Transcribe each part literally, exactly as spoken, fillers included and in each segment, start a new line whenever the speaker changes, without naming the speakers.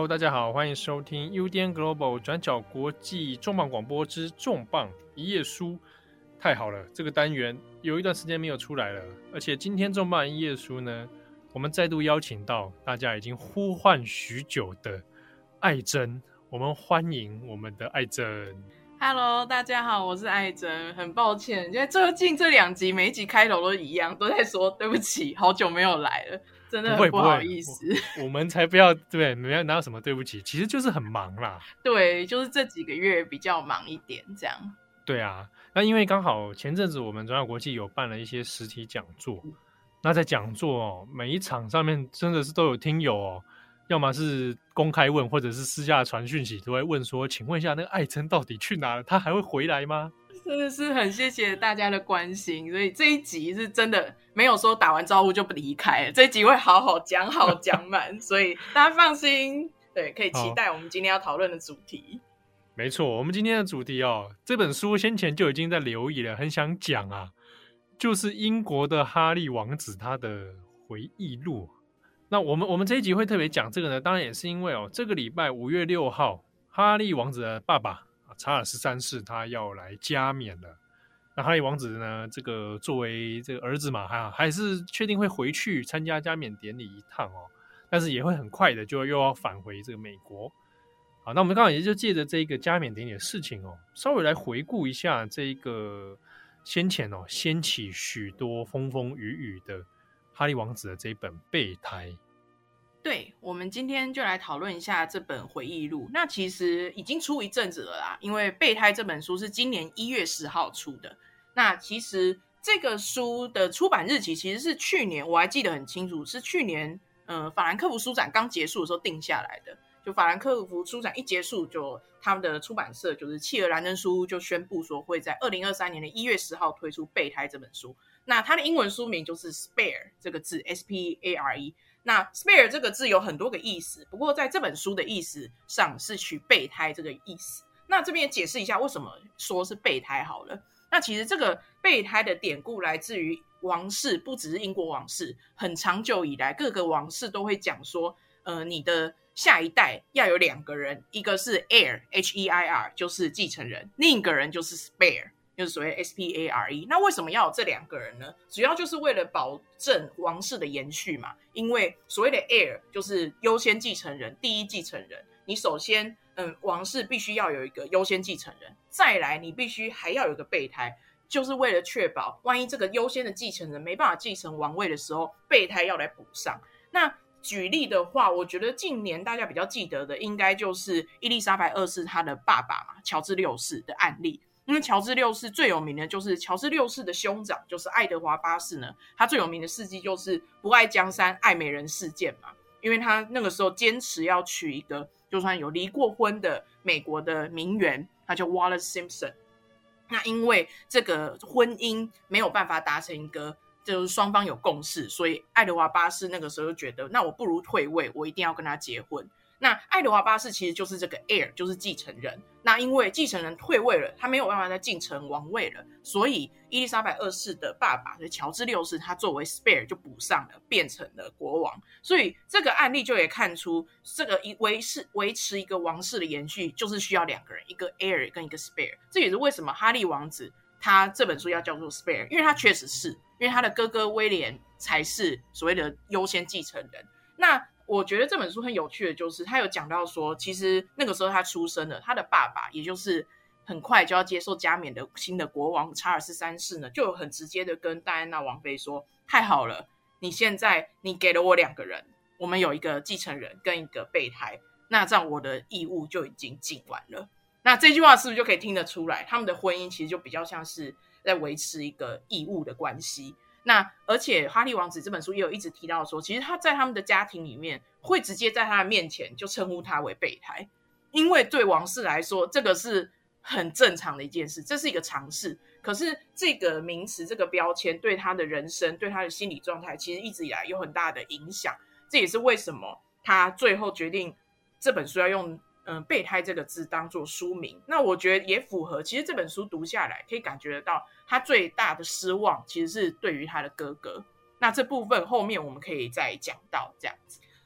Hello， 大家好，欢迎收听 U D N Global 转角国际重磅广播之重磅一页书。太好了，这个单元有一段时间没有出来了，而且今天重磅一页书呢，我们再度邀请到大家已经呼唤许久的艾珍，我们欢迎我们的艾珍。
Hello， 大家好，我是艾珍。很抱歉，因为最近这两集每一集开头都一样，都在说对不起，好久没有来了，真的很不好意思。
我, 我们才不要，对，没有哪有什么对不起，其实就是很忙啦。
对，就是这几个月比较忙一点，这样。
对啊，那因为刚好前阵子我们转角国际有办了一些实体讲座，那在讲座哦，每一场上面真的是都有听友哦。要么是公开问，或者是私下传讯息，都会问说：“请问一下，那个艾珍到底去哪了？她还会回来吗？”
真的是很谢谢大家的关心，所以这一集是真的没有说打完招呼就不离开了，这一集会好好讲好讲满，所以大家放心，对，可以期待我们今天要讨论的主题。
没错，我们今天的主题哦，这本书先前就已经在留意了，很想讲啊，就是英国的哈利王子他的回忆录。那我们我们这一集会特别讲这个呢，当然也是因为哦，这个礼拜五月六号，哈利王子的爸爸查尔斯三世他要来加冕了。那哈利王子呢，这个作为这个儿子嘛，还还是确定会回去参加加冕典礼一趟哦，但是也会很快的就又要返回这个美国。好，那我们刚好也就借着这个加冕典礼的事情哦，稍微来回顾一下这个先前哦掀起许多风风雨雨的哈利王子的这一本备胎。
对，我们今天就来讨论一下这本回忆录。那其实已经出一阵子了啦，因为备胎这本书是今年一月十号出的。那其实这个书的出版日期其实是去年，我还记得很清楚，是去年呃法兰克福书展刚结束的时候定下来的。就法兰克福书展一结束，就他们的出版社就是契尔兰登书屋就宣布说会在二零二三年的一月十号推出备胎这本书。那它的英文书名就是 Spare 这个字 S P A R E。那 spare 这个字有很多个意思，不过在这本书的意思上是取备胎这个意思。那这边也解释一下为什么说是备胎好了。那其实这个备胎的典故来自于王室，不只是英国王室，很长久以来各个王室都会讲说，呃，你的下一代要有两个人，一个是 heir H E I R 就是继承人，另一个人就是 spare就是所谓 S P A R E。 那为什么要有这两个人呢？主要就是为了保证王室的延续嘛，因为所谓的 heir 就是优先继承人，第一继承人，你首先嗯，王室必须要有一个优先继承人，再来你必须还要有一个备胎，就是为了确保万一这个优先的继承人没办法继承王位的时候，备胎要来补上。那举例的话，我觉得近年大家比较记得的应该就是伊丽莎白二世他的爸爸嘛，乔治六世的案例。因为乔治六世最有名的就是乔治六世的兄长就是爱德华八世呢，他最有名的事迹就是不爱江山爱美人事件嘛。因为他那个时候坚持要娶一个就算有离过婚的美国的名媛，他叫 Wallace Simpson。 那因为这个婚姻没有办法达成一个就是双方有共识，所以爱德华八世那个时候就觉得那我不如退位，我一定要跟他结婚。那爱德华八世其实就是这个 heir 就是继承人，那因为继承人退位了，他没有办法再继承王位了，所以伊丽莎白二世的爸爸乔治六世他作为 spare 就补上了，变成了国王。所以这个案例就也看出这个维持维持一个王室的延续就是需要两个人，一个 heir 跟一个 spare。 这也是为什么哈利王子他这本书要叫做 spare， 因为他确实是因为他的哥哥威廉才是所谓的优先继承人。那我觉得这本书很有趣的就是他有讲到说，其实那个时候他出生了，他的爸爸也就是很快就要接受加冕的新的国王查尔斯三世呢，就有很直接的跟戴安娜王妃说，太好了，你现在你给了我两个人，我们有一个继承人跟一个备胎，那这样我的义务就已经尽完了。那这句话是不是就可以听得出来，他们的婚姻其实就比较像是在维持一个义务的关系。那而且哈利王子这本书也有一直提到说，其实他在他们的家庭里面会直接在他的面前就称呼他为备胎，因为对王室来说这个是很正常的一件事，这是一个常识。可是这个名词这个标签对他的人生对他的心理状态其实一直以来有很大的影响，这也是为什么他最后决定这本书要用嗯，备胎这个字当做书名。那我觉得也符合，其实这本书读下来可以感觉得到他最大的失望其实是对于他的哥哥，那这部分后面我们可以再讲到这样子。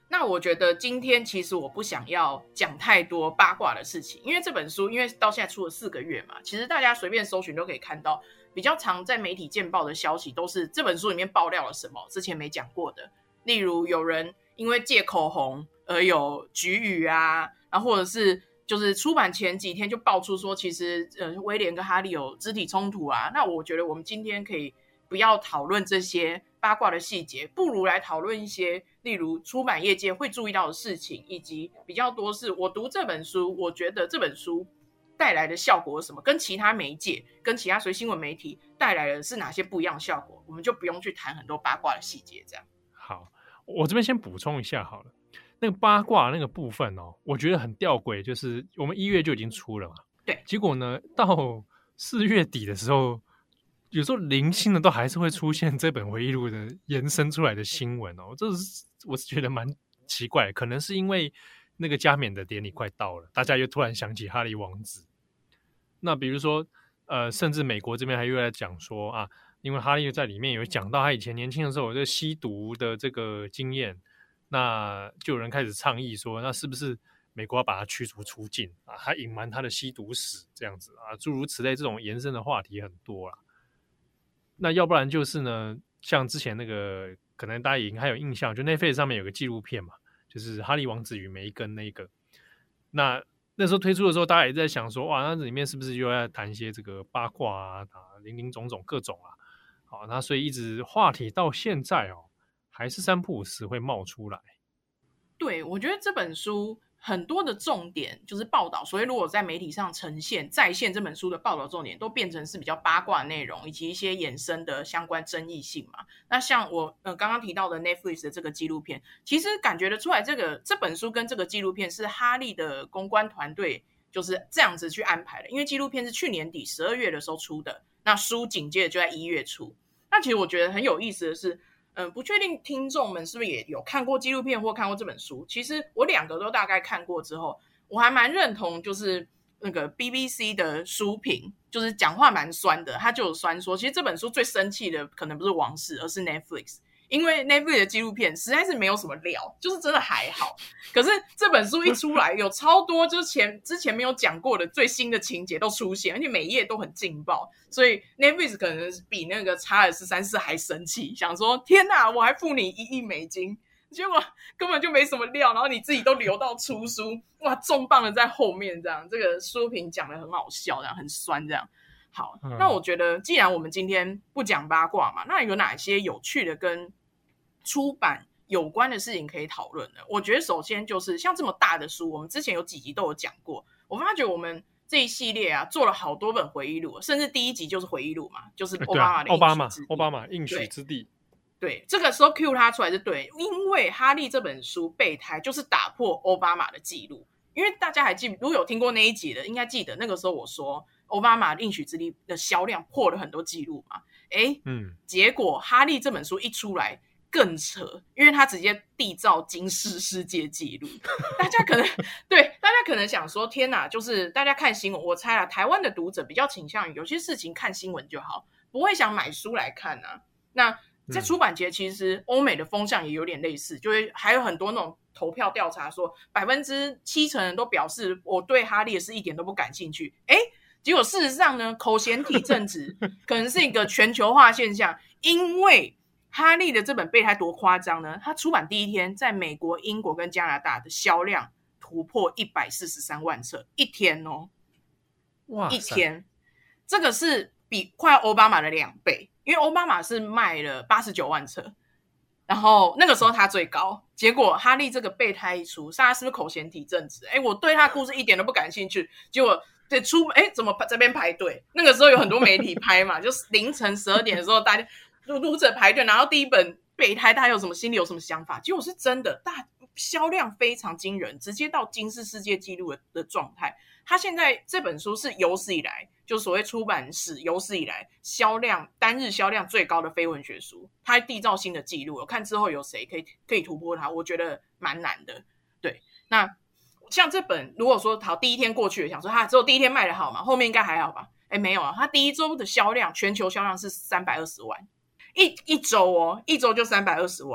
那我觉得今天其实我不想要讲太多八卦的事情，因为这本书因为到现在出了四个月嘛，其实大家随便搜寻都可以看到，比较常在媒体见报的消息都是这本书里面爆料了什么之前没讲过的，例如有人因为借口红而有局语啊，然后或者是就是出版前几天就爆出说其实呃威廉跟哈利有肢体冲突啊。那我觉得我们今天可以不要讨论这些八卦的细节，不如来讨论一些例如出版业界会注意到的事情，以及比较多是我读这本书我觉得这本书带来的效果是什么，跟其他媒介跟其他随新闻媒体带来的是哪些不一样的效果，我们就不用去谈很多八卦的细节这样。
好，我这边先补充一下好了，那个八卦那个部分哦，我觉得很吊诡，就是我们一月就已经出了嘛，
对，
结果呢到四月底的时候，有时候零星的都还是会出现这本回忆录的延伸出来的新闻哦，这是我是觉得蛮奇怪的，可能是因为那个加冕的典礼快到了，大家又突然想起哈利王子。那比如说呃，甚至美国这边还又在讲说啊，因为哈利在里面有讲到他以前年轻的时候有这吸毒的这个经验，那就有人开始倡议说，那是不是美国要把他驱逐出境啊？他隐瞒他的吸毒史这样子啊，诸如此类，这种延伸的话题很多啦。那要不然就是呢，像之前那个可能大家已经还有印象，就 Netflix 上面有个纪录片嘛，就是哈利王子与梅根那个。那那时候推出的时候，大家也在想说，哇，那里面是不是又要谈一些这个八卦啊，林林总总各种啊？好，那所以一直话题到现在哦，还是三不五时会冒出来。
对，我觉得这本书很多的重点就是报道，所以如果在媒体上呈现再现这本书的报道重点都变成是比较八卦内容以及一些衍生的相关争议性嘛。那像我呃刚刚提到的 Netflix 的这个纪录片，其实感觉得出来这个这本书跟这个纪录片是哈利的公关团队就是这样子去安排的，因为纪录片是去年底十二月的时候出的，那书紧接着就在一月出。那其实我觉得很有意思的是嗯，不确定听众们是不是也有看过纪录片或看过这本书，其实我两个都大概看过之后，我还蛮认同就是那个 B B C 的书评，就是讲话蛮酸的，他就有酸说其实这本书最生气的可能不是王室而是 Netflix， 因为 Netflix 的纪录片实在是没有什么料，就是真的还好，可是这本书一出来有超多就是前之前没有讲过的最新的情节都出现，而且每一页都很劲爆，所以 Netflix 可能比那个查尔斯三世还生气，想说天哪，我还付你一亿美金，结果根本就没什么料，然后你自己都留到出书，哇，重磅的在后面这样，这个书评讲得很好笑，这样很酸这样。好，那我觉得既然我们今天不讲八卦嘛，那有哪些有趣的跟出版有关的事情可以讨论呢？我觉得首先就是像这么大的书，我们之前有几集都有讲过，我发觉我们这一系列啊做了好多本回忆录，甚至第一集就是回忆录嘛，就是奥巴马的
奥巴马奥巴马应许之地。
对，这个时候 cue 他出来是对，因为哈利这本书备胎就是打破奥巴马的记录，因为大家还记，如果有听过那一集的，应该记得那个时候我说奥巴马应许之地的销量破了很多记录嘛，诶，嗯，结果哈利这本书一出来更扯，因为他直接缔造金氏世界纪录。大家可能对大家可能想说，天哪，就是大家看新闻，我猜啦，台湾的读者比较倾向于有些事情看新闻就好，不会想买书来看啊。那在出版节，其实欧美的风向也有点类似，就会还有很多那种投票调查说，百分之七成人都表示我对哈利的事一点都不感兴趣。诶，结果事实上呢，口嫌体正直可能是一个全球化现象，因为哈利的这本备胎多夸张呢？他出版第一天，在美国、英国跟加拿大的销量突破一百四十三万册，一天哦，哇，一天，这个是比快奥巴马的两倍，因为奥巴马是卖了八十九万册，然后那个时候他最高，结果哈利这个备胎一出，大家是不是口嫌体正直？哎，我对他的故事一点都不感兴趣，结果对出，哎，怎么这边排队？那个时候有很多媒体拍嘛，就是凌晨十二点的时候，大家读者排队拿到第一本备胎，大家有什么心里有什么想法？结果是真的，大销量非常惊人，直接到金氏世界纪录 的, 的状态。他现在这本书是有史以来，就所谓出版史有史以来销量单日销量最高的非文学书，他缔造新的纪录。我看之后有谁可以可以突破它，我觉得蛮难的。对，那像这本，如果说好第一天过去了，想说他只有第一天卖的好嘛，后面应该还好吧？哎，没有啊，他第一周的销量，全球销量是三百二十万。一一周哦，一周就三百二十万，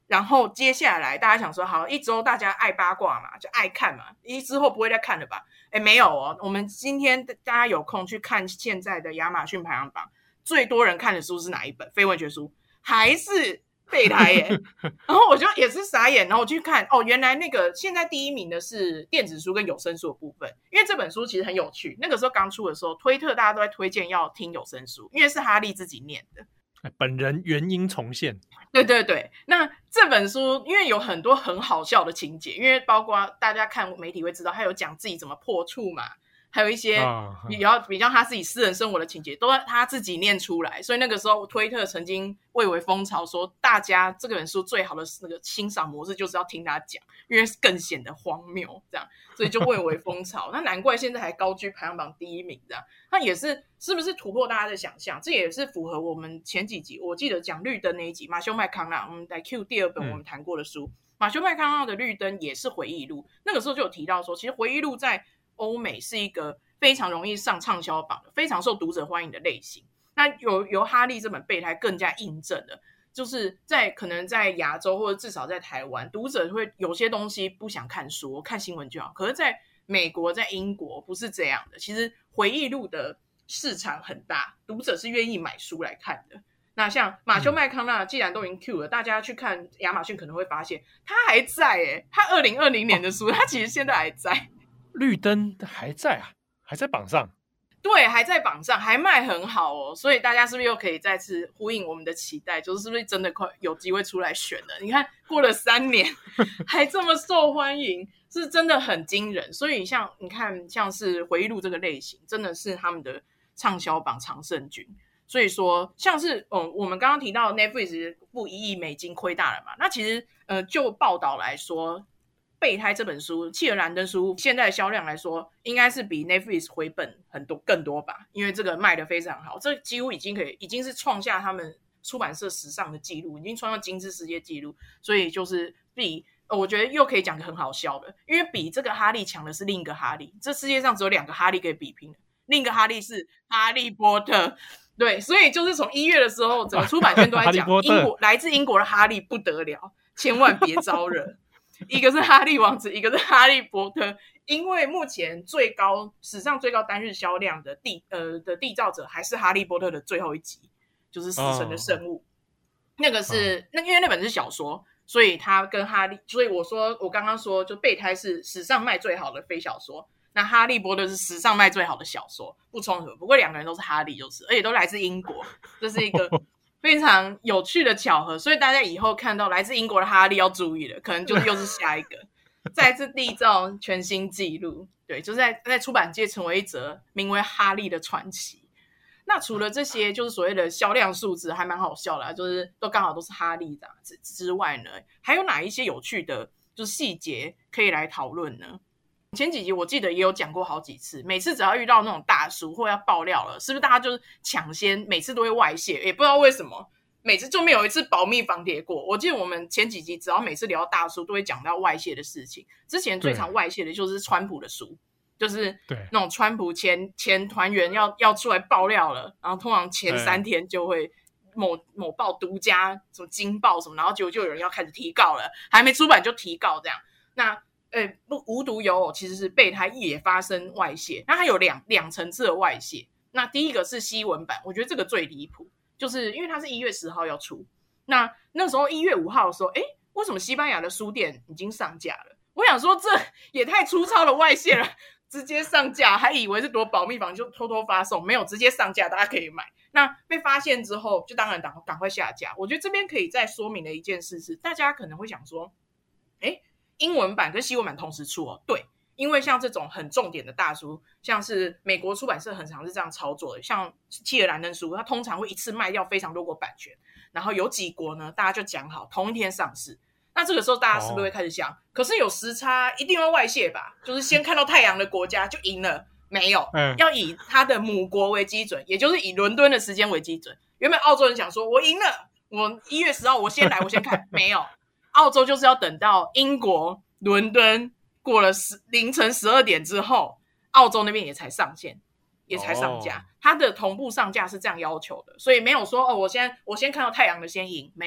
然后接下来大家想说，好，一周大家爱八卦嘛，就爱看嘛，一之后不会再看了吧？哎，没有哦，我们今天大家有空去看现在的亚马逊排行榜，最多人看的书是哪一本？非文学书，还是备胎耶。然后我就也是傻眼，然后我去看，哦，原来那个现在第一名的是电子书跟有声书的部分，因为这本书其实很有趣。那个时候刚出的时候，推特大家都在推荐要听有声书，因为是哈利自己念的。
本人原音重现。
对对对，那这本书因为有很多很好笑的情节，因为包括大家看媒体会知道，他有讲自己怎么破处嘛，还有一些比较、啊、比较他自己私人生活的情节，都他自己念出来。所以那个时候推特曾经蔚为风潮，说大家这本书最好的那个欣赏模式就是要听他讲，因为更显得荒谬，这样，所以就蔚为风潮。那难怪现在还高居排行榜第一名，这样，那也是是不是突破大家的想象？这也是符合我们前几集，我记得讲绿灯那一集，马修麦康纳，我们来 Q 第二本我们谈过的书，嗯、马修麦康纳的绿灯也是回忆录。那个时候就有提到说，其实回忆录在欧美是一个非常容易上畅销榜的，非常受读者欢迎的类型。那由由哈利这本备胎更加印证了，就是在可能在亚洲或者至少在台湾，读者会有些东西不想看书，看新闻就好。可是在美国、在英国不是这样的，其实回忆录的市场很大，读者是愿意买书来看的。那像马修麦康纳既然都已经 Q 了，大家去看亚马逊可能会发现他还在耶，他二零二零年的书、哦、他其实现在还在，
绿灯还在啊，还在榜上。
对，还在榜上，还卖很好哦，所以大家是不是又可以再次呼应我们的期待，就是是不是真的快有机会出来选了？你看过了三年还这么受欢迎，是真的很惊人。所以像你看像是回忆录这个类型真的是他们的畅销榜常胜军。所以说像是、嗯、我们刚刚提到 Netflix 付一亿美金亏大了嘛，那其实呃就报道来说，备胎这本书契尔兰登书现在的销量来说应该是比 Netflix 回本很多更多吧，因为这个卖得非常好，这几乎已经可以已经是创下他们出版社史上的记录，已经创下金氏世界纪录。所以就是比、呃、我觉得又可以讲个很好笑的，因为比这个哈利强的是另一个哈利，这世界上只有两个哈利可以比拼的，另一个哈利是哈利波特。对，所以就是从一月的时候整个出版圈都在讲英国来自英国的哈利不得了，千万别招惹一个是哈利王子，一个是哈利波特，因为目前最高史上最高单日销量的缔呃的缔造者还是哈利波特的最后一集，就是死神的圣物、哦、那个是、哦、那因为那本是小说，所以他跟哈利，所以我说我刚刚说就备胎是史上卖最好的非小说，那哈利波特是史上卖最好的小说，不冲突。不过两个人都是哈利，就是而且都来自英国，这是一个非常有趣的巧合，所以大家以后看到来自英国的哈利要注意了，可能就是又是下一个再次缔造全新纪录。对，就是在在出版界成为一则名为哈利的传奇。那除了这些就是所谓的销量数字还蛮好笑的、啊、就是都刚好都是哈利的之之外呢，还有哪一些有趣的就是细节可以来讨论呢？前几集我记得也有讲过好几次，每次只要遇到那种大书或要爆料了，是不是大家就是抢先每次都会外泄，也不知道为什么每次就没有一次保密防谍过。我记得我们前几集只要每次聊到大书都会讲到外泄的事情，之前最常外泄的就是川普的书，就是那种川普前前团员要要出来爆料了，然后通常前三天就会某某报独家什么金报什么，然后结果就有人要开始提告了，还没出版就提告这样。那呃，不，无独有偶，其实是备胎也发生外泄。那它有两两层次的外泄。那第一个是西文版，我觉得这个最离谱，就是因为它是一月十号要出，那那时候一月五号的时候，哎，为什么西班牙的书店已经上架了？我想说这也太粗糙的外泄了，直接上架，还以为是多保密防就偷偷发送，没有，直接上架，大家可以买。那被发现之后，就当然赶赶快下架。我觉得这边可以再说明的一件事是，大家可能会想说，哎。英文版跟西文版同时出哦，对，因为像这种很重点的大书，像是美国出版社很常是这样操作的，像契尔兰登书，它通常会一次卖掉非常多国版权，然后有几国呢，大家就讲好同一天上市。那这个时候大家是不是会开始想，哦、可是有时差，一定要外泄吧？就是先看到太阳的国家就赢了，没有，嗯、要以它的母国为基准，也就是以伦敦的时间为基准。原本澳洲人想说，我赢了，我一月十号我先来，我先看，没有。澳洲就是要等到英国伦敦过了凌晨十二点之后，澳洲那边也才上线，也才上架。它、oh. 的同步上架是这样要求的，所以没有说哦，我先我先看到太阳的先赢，没有，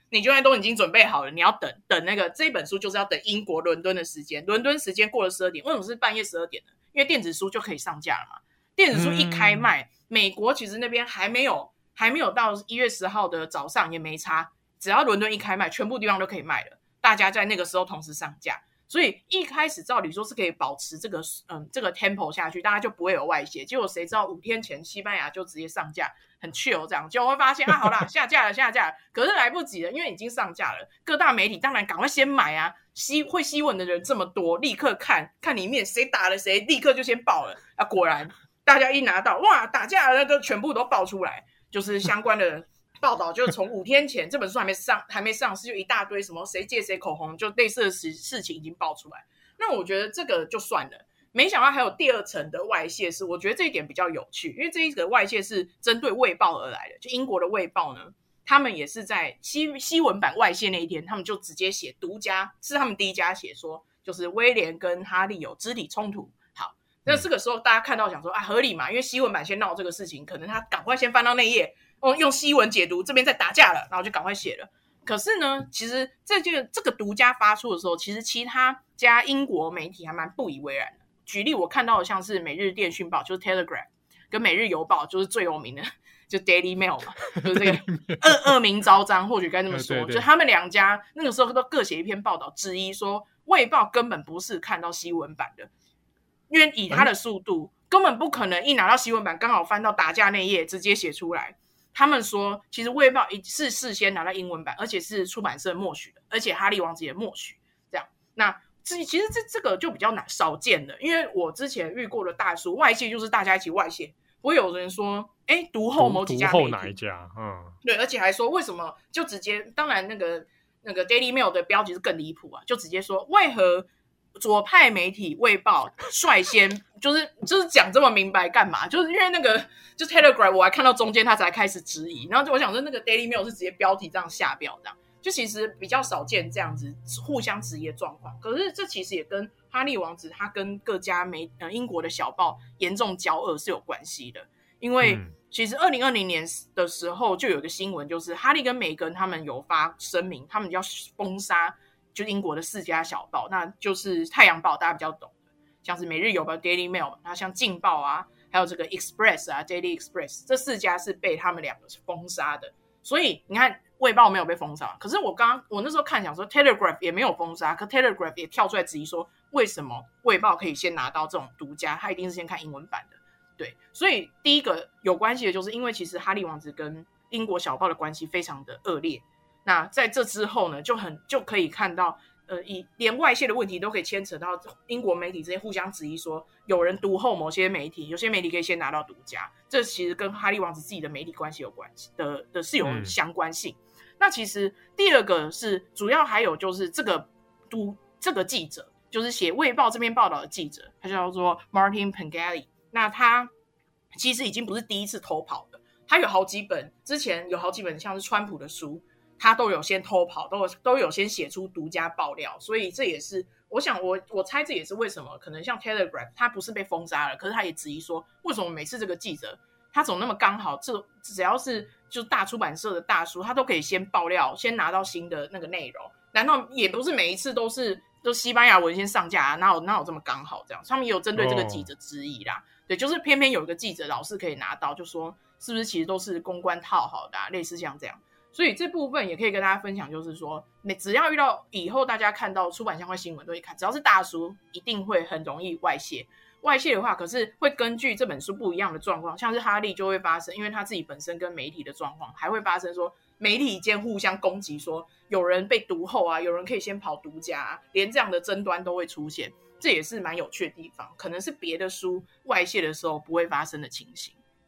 你就算都已经准备好了，你要等等那个这本书就是要等英国伦敦的时间，伦敦时间过了十二点，为什么是半夜十二点呢？因为电子书就可以上架了嘛。电子书一开卖，嗯、美国其实那边还没有还没有到一月十号的早上也没差，只要伦敦一开卖，全部地方都可以卖了，大家在那个时候同时上架。所以一开始照理说是可以保持这个嗯这个 tempo 下去，大家就不会有外泄。结果谁知道五天前西班牙就直接上架，很 chill 这样，结果会发现啊，好啦，下架了下架了，可是来不及了，因为已经上架了。各大媒体当然赶快先买啊，西会西文的人这么多，立刻看看里面谁打了谁，立刻就先报了啊。果然大家一拿到哇打架了，都全部都爆出来，就是相关的。报道就从五天前这本书还没上还没上市，就一大堆什么谁借谁口红，就类似的事事情已经爆出来。那我觉得这个就算了，没想到还有第二层的外泄，是我觉得这一点比较有趣，因为这一个外泄是针对卫报而来的。就英国的卫报呢，他们也是在西西文版外泄那一天，他们就直接写独家，是他们第一家写说，就是威廉跟哈利有肢体冲突。好，那这个时候大家看到想说啊，合理嘛，因为西文版先闹这个事情，可能他赶快先翻到那页。用西文解读，这边在打架了，然后就赶快写了。可是呢，其实这件这个独家发出的时候，其实其他家英国媒体还蛮不以为然的。举例我看到的像是每日电讯报，就是 Telegraph， 跟每日邮报，就是最有名的，就 Daily Mail 嘛，就是这个恶恶名昭彰，或许该这么说，就他们两家那个时候都各写一篇报道，质疑说卫报根本不是看到西文版的，因为以他的速度，根本不可能一拿到西文版刚好翻到打架那页直接写出来。他们说，其实《卫报》是事先拿到英文版，而且是出版社默许的，而且哈利王子也默许。这样，那其实这这个就比较难少见的，因为我之前遇过的大书外泄就是大家一起外泄，不会有人说，哎，读后某几家媒体，
读后哪一家？嗯，
对，而且还说为什么就直接，当然那个那个 Daily Mail 的标题是更离谱啊，就直接说为何左派媒体卫报率先就是就是讲这么明白干嘛？就是因为那个就 Telegram 我还看到中间他才开始质疑，然后就我想说那个 Daily Mail 是直接标题这样下标这样，就其实比较少见这样子互相质疑的状况。可是这其实也跟哈利王子他跟各家媒呃英国的小报严重交恶是有关系的，因为其实二零二零年的时候就有一个新闻，就是哈利跟梅根他们有发声明，他们要封杀就英国的四家小报，那就是太阳报大家比较懂的，像是每日邮报 Daily Mail， 那像镜报啊，还有这个 Express 啊 Daily Express， 这四家是被他们两个封杀的。所以你看卫报没有被封杀，可是我刚刚我那时候看想说 Telegraph 也没有封杀，可 Telegraph 也跳出来质疑说为什么卫报可以先拿到这种独家，他一定是先看英文版的。对，所以第一个有关系的就是因为其实哈利王子跟英国小报的关系非常的恶劣，那在这之后呢，就很就可以看到，呃，以连外泄的问题都可以牵扯到英国媒体之间互相质疑说，有人读后某些媒体，有些媒体可以先拿到独家，这其实跟哈利王子自己的媒体关系有关系的的是有相关性。嗯、那其实第二个是主要还有就是这个读这个记者，就是写《卫报》这篇报道的记者，他叫做 Martin Pengelly， 那他其实已经不是第一次偷跑的，他有好几本之前有好几本像是川普的书。他都有先偷跑，都有都有先写出独家爆料，所以这也是我想我我猜这也是为什么可能像 Telegraph 他不是被封杀了，可是他也质疑说为什么每次这个记者他总那么刚好，这只要是就是大出版社的大书，他都可以先爆料，先拿到新的那个内容，难道也不是每一次都是都西班牙文先上架啊？哪有哪有这么刚好这样？他们也有针对这个记者质疑啦， oh. 对，就是偏偏有一个记者老是可以拿到，就说是不是其实都是公关套好的啊，类似像这样。所以这部分也可以跟大家分享，就是说只要遇到以后大家看到出版相关新闻都会看，只要是大书一定会很容易外泄。外泄的话可是会根据这本书不一样的状况，像是哈利就会发生，因为他自己本身跟媒体的状况还会发生说媒体间互相攻击，说有人被读后啊，有人可以先跑独家啊，连这样的争端都会出现，这也是蛮有趣的地方，可能是别的书外泄的时候不会发生的情形。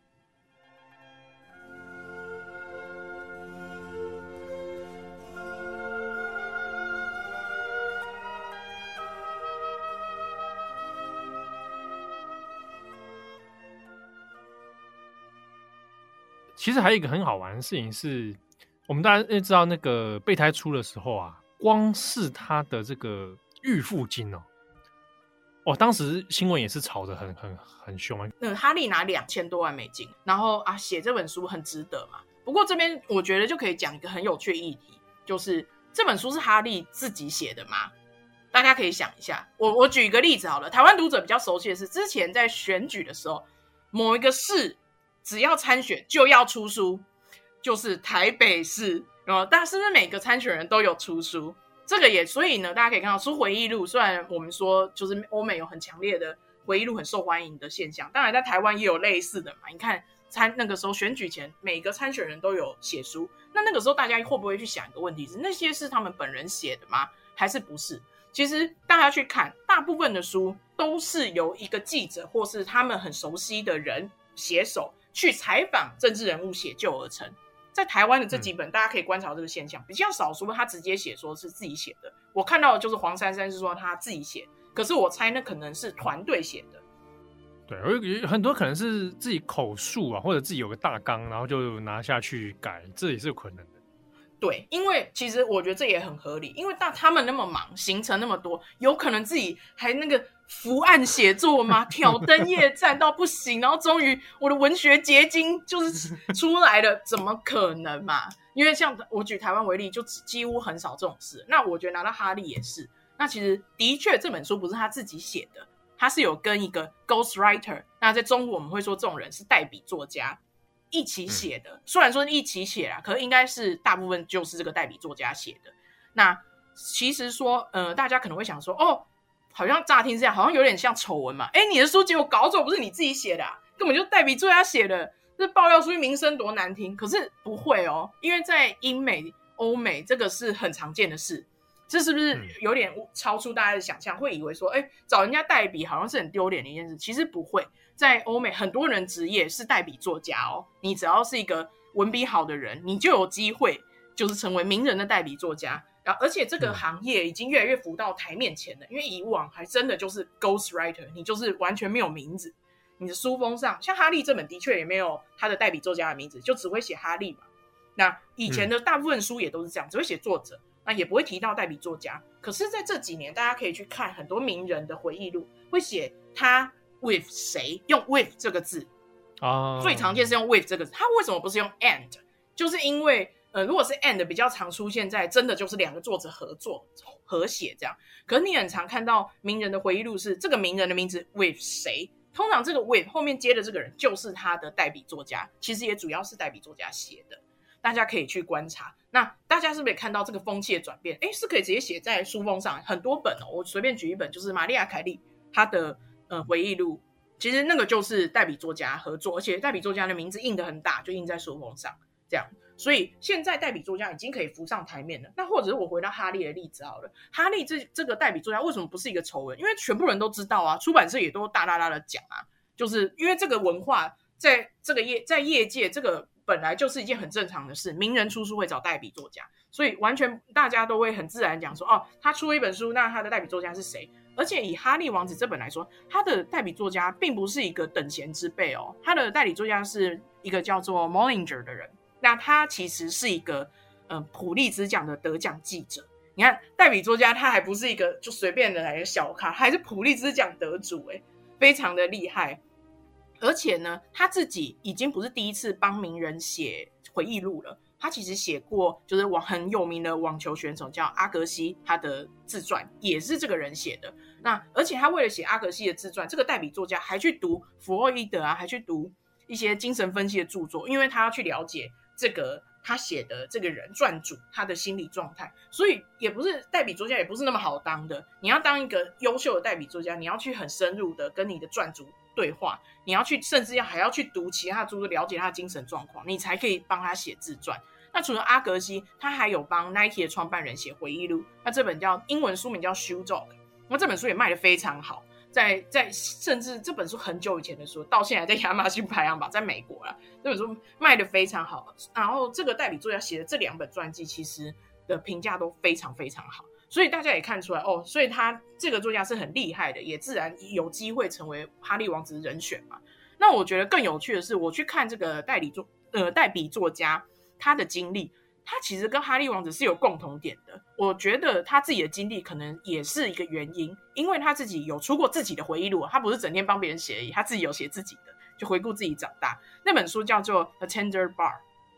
其实还有一个很好玩的事情是，我们大家知道那个备胎出的时候啊，光是他的这个预付金哦，哦，当时新闻也是炒得很很很凶啊。
嗯，哈利拿两千多万美金，然后啊，写这本书很值得嘛。不过这边我觉得就可以讲一个很有趣的议题， 就是这本书是哈利自己写的吗？大家可以想一下，我我举一个例子好了，台湾读者比较熟悉的是，之前在选举的时候，某一个市只要参选就要出书，就是台北市，呃，但是不是每个参选人都有出书？这个也，所以呢，大家可以看到出回忆录，虽然我们说就是欧美有很强烈的回忆录很受欢迎的现象，当然在台湾也有类似的嘛。你看参那个时候选举前，每个参选人都有写书，那那个时候大家会不会去想一个问题是，那些是他们本人写的吗？还是不是？其实大家去看，大部分的书都是由一个记者或是他们很熟悉的人写手去采访政治人物写就而成。在台湾的这几本、嗯、大家可以观察这个现象，比较少说他直接写说是自己写的。我看到的就是黄珊珊是说他自己写，可是我猜那可能是团队写的。
对，很多可能是自己口述啊，或者自己有个大纲，然后就拿下去改，这也是有可能的。
对，因为其实我觉得这也很合理，因为大他们那么忙，行程那么多，有可能自己还那个伏案写作吗？挑灯夜战到不行，然后终于我的文学结晶就是出来了，怎么可能嘛？因为像我举台湾为例，就几乎很少这种事。那我觉得拿到哈利也是，那其实的确这本书不是他自己写的，他是有跟一个 ghostwriter， 那在中国我们会说这种人是代笔作家。一起写的，虽然说一起写啦，可是应该是大部分就是这个代笔作家写的。那其实说，呃，大家可能会想说，哦，好像乍听是这样，好像有点像丑闻嘛。哎，你的书结果搞走不是你自己写的、啊，根本就代笔作家写的，这爆料出去名声多难听。可是不会哦，因为在英美、欧美这个是很常见的事。这是不是有点超出大家的想象？会以为说，哎，找人家代笔好像是很丢脸的一件事，其实不会。在欧美，很多人职业是代笔作家哦。你只要是一个文笔好的人，你就有机会就是成为名人的代笔作家。而且这个行业已经越来越浮到台面前了，因为以往还真的就是 ghostwriter， 你就是完全没有名字，你的书封上，像哈利这本的确也没有他的代笔作家的名字，就只会写哈利嘛。那以前的大部分书也都是这样，只会写作者，那也不会提到代笔作家。可是在这几年，大家可以去看很多名人的回忆录，会写他with 谁，用 with 这个字、oh. 最常见是用 with 这个字，他为什么不是用 and？ 就是因为呃，如果是 and 比较常出现在真的就是两个作者合作合写这样，可是你很常看到名人的回忆录是这个名人的名字 with 谁，通常这个 with 后面接的这个人就是他的代笔作家，其实也主要是代笔作家写的，大家可以去观察。那大家是不是也看到这个风气的转变？诶，是可以直接写在书封上，很多本哦，我随便举一本，就是玛丽亚凯莉她的呃回忆录，其实那个就是代笔作家合作，而且代笔作家的名字印得很大，就印在书封上这样。所以现在代笔作家已经可以浮上台面了。那或者是我回到哈利的例子好了，哈利这这个代笔作家为什么不是一个丑闻？因为全部人都知道啊，出版社也都大大大的讲啊，就是因为这个文化在这个业在业界这个本来就是一件很正常的事，名人出书会找代笔作家，所以完全大家都会很自然讲说，哦，他出了一本书，那他的代笔作家是谁？而且以哈利王子这本来说，他的代笔作家并不是一个等闲之辈哦，他的代理作家是一个叫做 Mollinger 的人，那他其实是一个呃普利兹奖的得奖记者。你看代笔作家他还不是一个就随便的来的小咖，还是普利兹奖得主，诶，非常的厉害。而且呢，他自己已经不是第一次帮名人写回忆录了，他其实写过就是网很有名的网球选手叫阿格西，他的自传也是这个人写的。那而且他为了写阿格西的自传，这个代笔作家还去读弗洛伊德啊，还去读一些精神分析的著作，因为他要去了解这个他写的这个人传主他的心理状态。所以也不是代笔作家也不是那么好当的，你要当一个优秀的代笔作家，你要去很深入的跟你的传主对话，你要去甚至要还要去读其他的著作，了解他的精神状况，你才可以帮他写自传。那除了阿格西，他还有帮 Nike 的创办人写回忆录，那这本叫英文书名叫 Shoe Dog， 那这本书也卖得非常好，在在甚至这本书很久以前的书，到现在在亚马逊排行榜，在美国啦，这本书卖得非常好。然后这个代笔作家写的这两本传记，其实的评价都非常非常好。所以大家也看出来哦，所以他这个作家是很厉害的，也自然有机会成为哈利王子人选嘛。那我觉得更有趣的是，我去看这个代理作呃代笔作家他的经历，他其实跟哈利王子是有共同点的。我觉得他自己的经历可能也是一个原因，因为他自己有出过自己的回忆录，他不是整天帮别人写而已，他自己有写自己的，就回顾自己长大。那本书叫做《A Tender Bar》，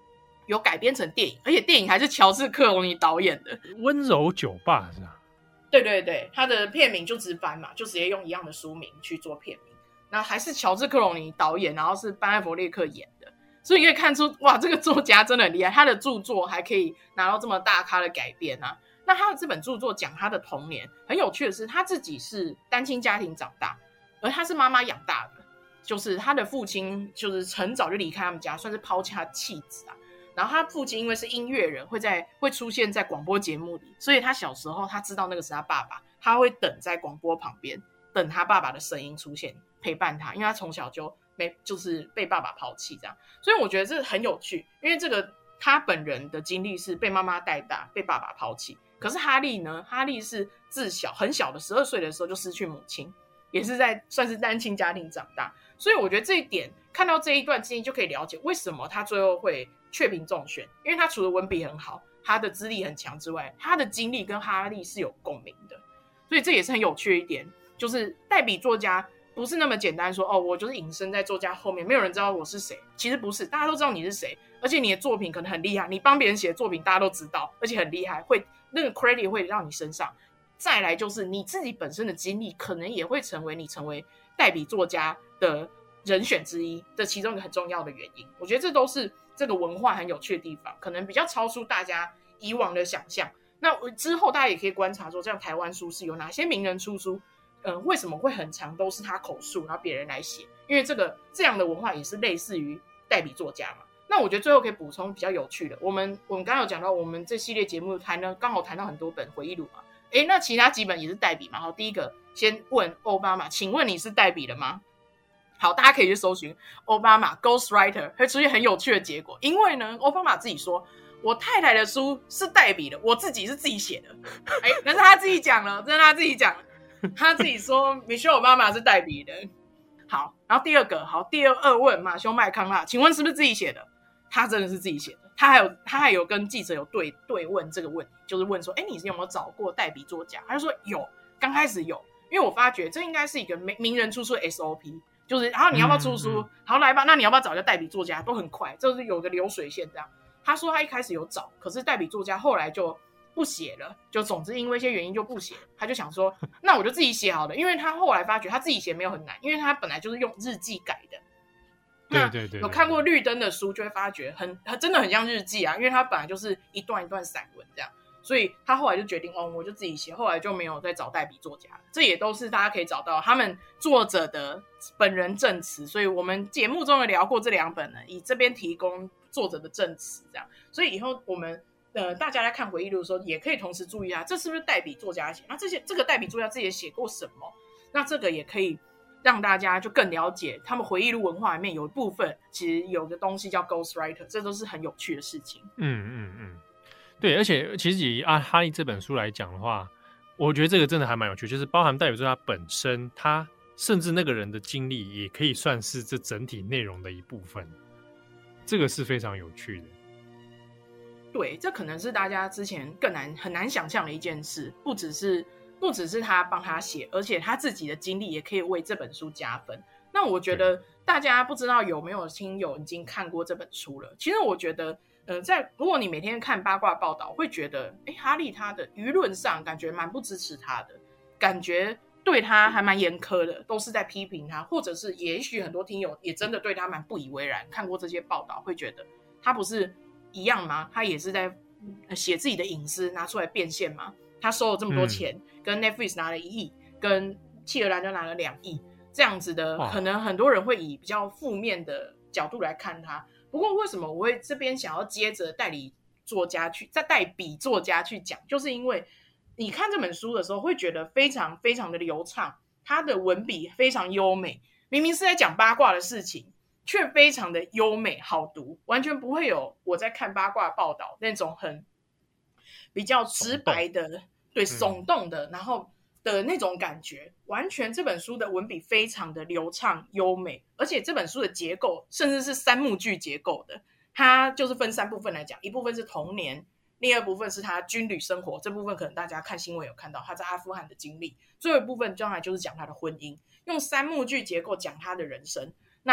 有改编成电影，而且电影还是乔治克隆尼导演的
温柔酒吧是吧？
对对对，他的片名就直翻嘛，就直接用一样的书名去做片名，那还是乔治克隆尼导演，然后是班艾弗列克演的，所以你可以看出哇，这个作家真的很厉害，他的著作还可以拿到这么大咖的改编啊。那他的这本著作讲他的童年，很有趣的是他自己是单亲家庭长大，而他是妈妈养大的，就是他的父亲就是很早就离开他们家，算是抛家弃子啊。然后他父亲因为是音乐人，会在会出现在广播节目里，所以他小时候他知道那个是他爸爸，他会等在广播旁边，等他爸爸的声音出现陪伴他，因为他从小就没就是被爸爸抛弃这样。所以我觉得这很有趣，因为这个他本人的经历是被妈妈带大，被爸爸抛弃。可是哈利呢？哈利是自小很小的十二岁的时候就失去母亲，也是在算是单亲家庭长大。所以我觉得这一点，看到这一段经历就可以了解为什么他最后会确评中选，因为他除了文笔很好，他的资历很强之外，他的经历跟哈利是有共鸣的。所以这也是很有趣的一点，就是代笔作家不是那么简单说哦，我就是隐身在作家后面，没有人知道我是谁。其实不是，大家都知道你是谁，而且你的作品可能很厉害，你帮别人写的作品大家都知道，而且很厉害，会那个 credit 会让你身上。再来就是你自己本身的经历，可能也会成为你成为代笔作家的人选之一的其中一个很重要的原因。我觉得这都是这个文化很有趣的地方，可能比较超出大家以往的想象。那之后大家也可以观察说，这样台湾书是有哪些名人出书，呃，为什么会很长都是他口述，然后别人来写？因为这个这样的文化也是类似于代笔作家嘛。那我觉得最后可以补充比较有趣的，我们我们刚刚有讲到，我们这系列节目谈呢，刚好谈到很多本回忆录嘛。诶，那其他几本也是代笔嘛？好，第一个先问奥巴马，请问你是代笔的吗？好，大家可以去搜寻奥巴马 Ghostwriter， 会出现很有趣的结果。因为呢，奥巴马自己说，我太太的书是代笔的，我自己是自己写的。哎，那是他自己讲了，这是他自己讲了，他自己说 Michelle 奥巴马是代笔的。好，然后第二个，好，第二二问马修麦康纳，请问是不是自己写的？他真的是自己写的。他还有他还有跟记者有对对问这个问题，就是问说，哎，你有没有找过代笔作家？他就说有，刚开始有，因为我发觉这应该是一个名人出书的 S O P。就是，然后你要不要出书？嗯嗯、好，来吧，那你要不要找一个代笔作家？都很快，就是有个流水线这样。他说他一开始有找，可是代笔作家后来就不写了，就总之因为一些原因就不写。他就想说，那我就自己写好了，因为他后来发觉他自己写没有很难，因为他本来就是用日记改的。
对对 对, 对，
有看过绿灯的书就会发觉很，他真的很像日记啊，因为他本来就是一段一段散文这样。所以他后来就决定哦，我就自己写，后来就没有再找代笔作家了。这也都是大家可以找到他们作者的本人证词，所以我们节目中有聊过这两本呢，以这边提供作者的证词这样。所以以后我们呃大家在看回忆录的时候，也可以同时注意啊，这是不是代笔作家写？那这些这个代笔作家自己也写过什么？那这个也可以让大家就更了解他们回忆录文化里面有一部分其实有个东西叫 Ghostwriter， 这都是很有趣的事情。
嗯嗯嗯。对，而且其实以啊哈利这本书来讲的话，我觉得这个真的还蛮有趣，就是包含代笔作家本身，他甚至那个人的经历也可以算是这整体内容的一部分，这个是非常有趣的。
对，这可能是大家之前更难很难想象的一件事，不只是不只是他帮他写，而且他自己的经历也可以为这本书加分。那我觉得大家不知道有没有听友已经看过这本书了，其实我觉得呃，在如果你每天看八卦报道，会觉得，哎，哈利他的舆论上感觉蛮不支持他的，感觉对他还蛮严苛的，都是在批评他，或者是也许很多听友也真的对他蛮不以为然，看过这些报道，会觉得他不是一样吗？他也是在写自己的隐私拿出来变现吗？他收了这么多钱，嗯、跟 Netflix 拿了一亿，跟企鹅篮就拿了两亿，这样子的，可能很多人会以比较负面的角度来看他。不过为什么我会这边想要接着代理作家去再代笔作家去讲，就是因为你看这本书的时候会觉得非常非常的流畅，他的文笔非常优美，明明是在讲八卦的事情却非常的优美好读，完全不会有我在看八卦报道那种很比较直白的对耸动的、嗯、然后的那种感觉，完全这本书的文笔非常的流畅优美，而且这本书的结构甚至是三幕剧结构的，它就是分三部分来讲，一部分是童年，另二部分是他军旅生活，这部分可能大家看新闻有看到他在阿富汗的经历，最后一部分将来就是讲他的婚姻，用三幕剧结构讲他的人生。那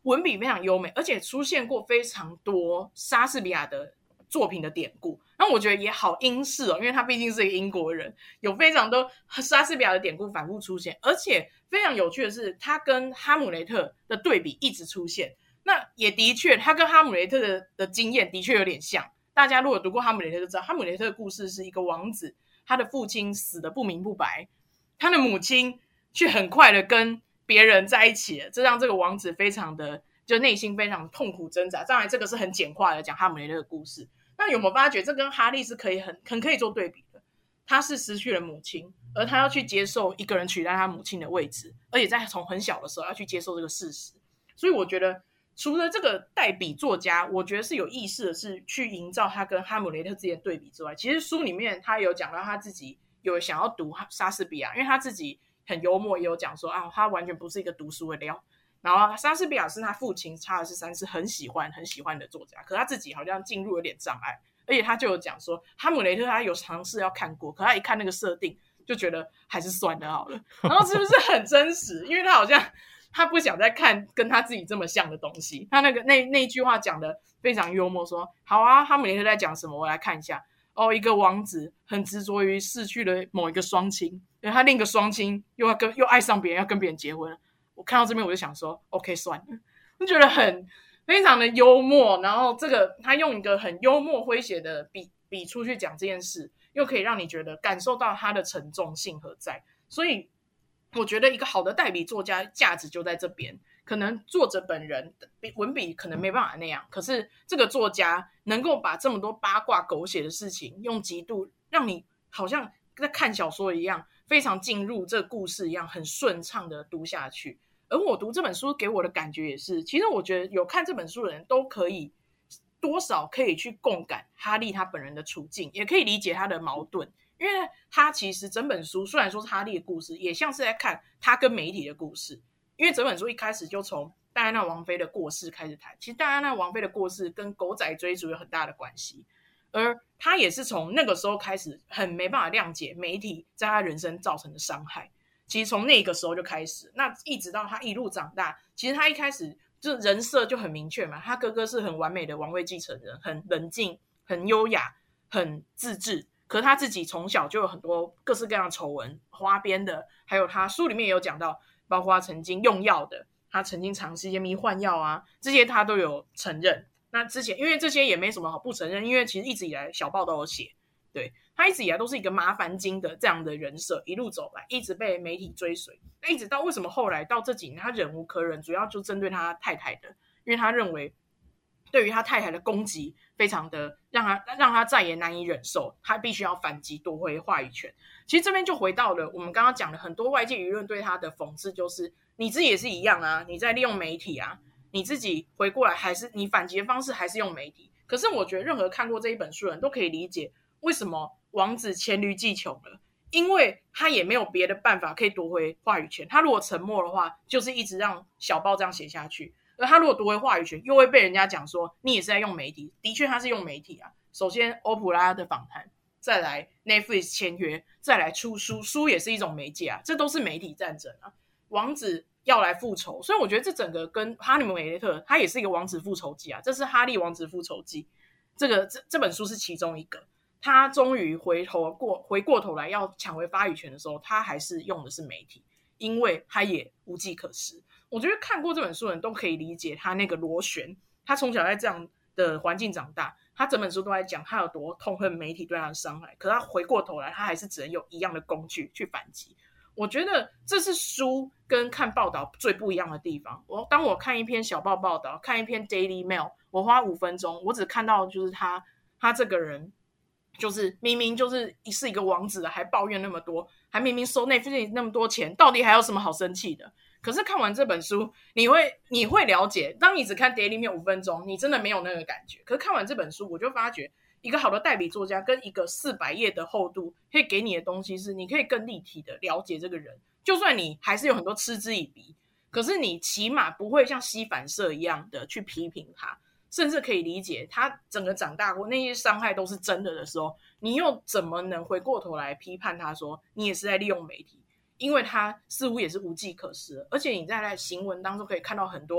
文笔非常优美，而且出现过非常多莎士比亚的作品的典故。那我觉得也好英式哦，因为他毕竟是一个英国人，有非常多莎士比亚的典故反复出现，而且非常有趣的是，他跟哈姆雷特的对比一直出现。那也的确，他跟哈姆雷特 的, 的经验的确有点像。大家如果读过哈姆雷特就知道，哈姆雷特的故事是一个王子，他的父亲死得不明不白，他的母亲却很快的跟别人在一起了，这让这个王子非常的就内心非常痛苦挣扎。当然这个是很简化的讲哈姆雷特的故事。那有没有发觉这跟哈利是可以很很可以做对比的？他是失去了母亲，而他要去接受一个人取代他母亲的位置，而且在从很小的时候要去接受这个事实。所以我觉得除了这个代笔作家我觉得是有意识的是去营造他跟哈姆雷特之间的对比之外，其实书里面他有讲到他自己有想要读莎士比亚，因为他自己很幽默，也有讲说啊，他完全不是一个读书的料。然后莎士比亚是他父亲查尔斯三世很喜欢很喜欢的作家，可他自己好像进入有点障碍，而且他就有讲说哈姆雷特他有尝试要看过，可他一看那个设定就觉得还是算了好了。然后是不是很真实？因为他好像他不想再看跟他自己这么像的东西。他那个那那一句话讲的非常幽默，说好啊，哈姆雷特在讲什么？我来看一下。哦，一个王子很执着于逝去了某一个双亲，因为他另一个双亲又要跟又爱上别人，要跟别人结婚。我看到这边我就想说 OK 算了，我觉得很非常的幽默，然后这个他用一个很幽默诙谐的笔笔触去讲这件事，又可以让你觉得感受到它的沉重性何在。所以我觉得一个好的代笔作家价值就在这边，可能作者本人文笔可能没办法那样，可是这个作家能够把这么多八卦狗血的事情用极度让你好像在看小说一样，非常进入这个故事一样，很顺畅的读下去。而我读这本书给我的感觉也是，其实我觉得有看这本书的人都可以多少可以去共感哈利他本人的处境，也可以理解他的矛盾。因为他其实整本书虽然说是哈利的故事，也像是在看他跟媒体的故事。因为整本书一开始就从戴安娜王妃的过世开始谈，其实戴安娜王妃的过世跟狗仔追逐有很大的关系，而他也是从那个时候开始很没办法谅解媒体在他人生造成的伤害。其实从那个时候就开始，那一直到他一路长大，其实他一开始就人设就很明确嘛，他哥哥是很完美的王位继承人，很冷静，很优雅，很自制。可是他自己从小就有很多各式各样的丑闻，花边的，还有他书里面也有讲到，包括他曾经用药的，他曾经尝试一些迷幻药啊，这些他都有承认。那之前因为这些也没什么好不承认，因为其实一直以来小报都有写，对，他一直以来都是一个麻烦精的这样的人设，一路走来一直被媒体追随。那一直到为什么后来到这几年他忍无可忍，主要就针对他太太的，因为他认为对于他太太的攻击非常的让他让他再也难以忍受，他必须要反击夺回话语权。其实这边就回到了我们刚刚讲的很多外界舆论对他的讽刺，就是你自己也是一样啊，你在利用媒体啊，你自己回过来还是你反击的方式还是用媒体。可是我觉得任何看过这一本书的人都可以理解为什么王子黔驴技穷了，因为他也没有别的办法可以夺回话语权。他如果沉默的话，就是一直让小报这样写下去，而他如果夺回话语权，又会被人家讲说你也是在用媒体。的确他是用媒体啊，首先欧普拉的访谈，再来 Netflix 签约，再来出书，书也是一种媒介啊，这都是媒体战争啊。王子要来复仇，所以我觉得这整个跟哈利·梅雷特他也是一个王子复仇记啊，这是哈利王子复仇记，这个 这, 这本书是其中一个。他终于回头过回过头来要抢回发语权的时候，他还是用的是媒体，因为他也无计可施。我觉得看过这本书的人都可以理解他那个螺旋，他从小在这样的环境长大，他整本书都在讲他有多痛恨媒体对他的伤害，可他回过头来他还是只能用一样的工具去反击。我觉得这是书跟看报道最不一样的地方。我当我看一篇小报报道，看一篇 Daily Mail， 我花五分钟，我只看到就是他他这个人就是明明就是是一个王子，还抱怨那么多，还明明收Netflix那么多钱，到底还有什么好生气的？可是看完这本书，你会你会了解，当你只看 Daily Mail 五分钟，你真的没有那个感觉。可是看完这本书，我就发觉一个好的代笔作家跟一个四百页的厚度可以给你的东西是，你可以更立体的了解这个人。就算你还是有很多嗤之以鼻，可是你起码不会像吸反射一样的去批评他，甚至可以理解他整个长大过那些伤害都是真的的时候，你又怎么能回过头来批判他说你也是在利用媒体？因为他似乎也是无计可施，而且你在他的行文当中可以看到很多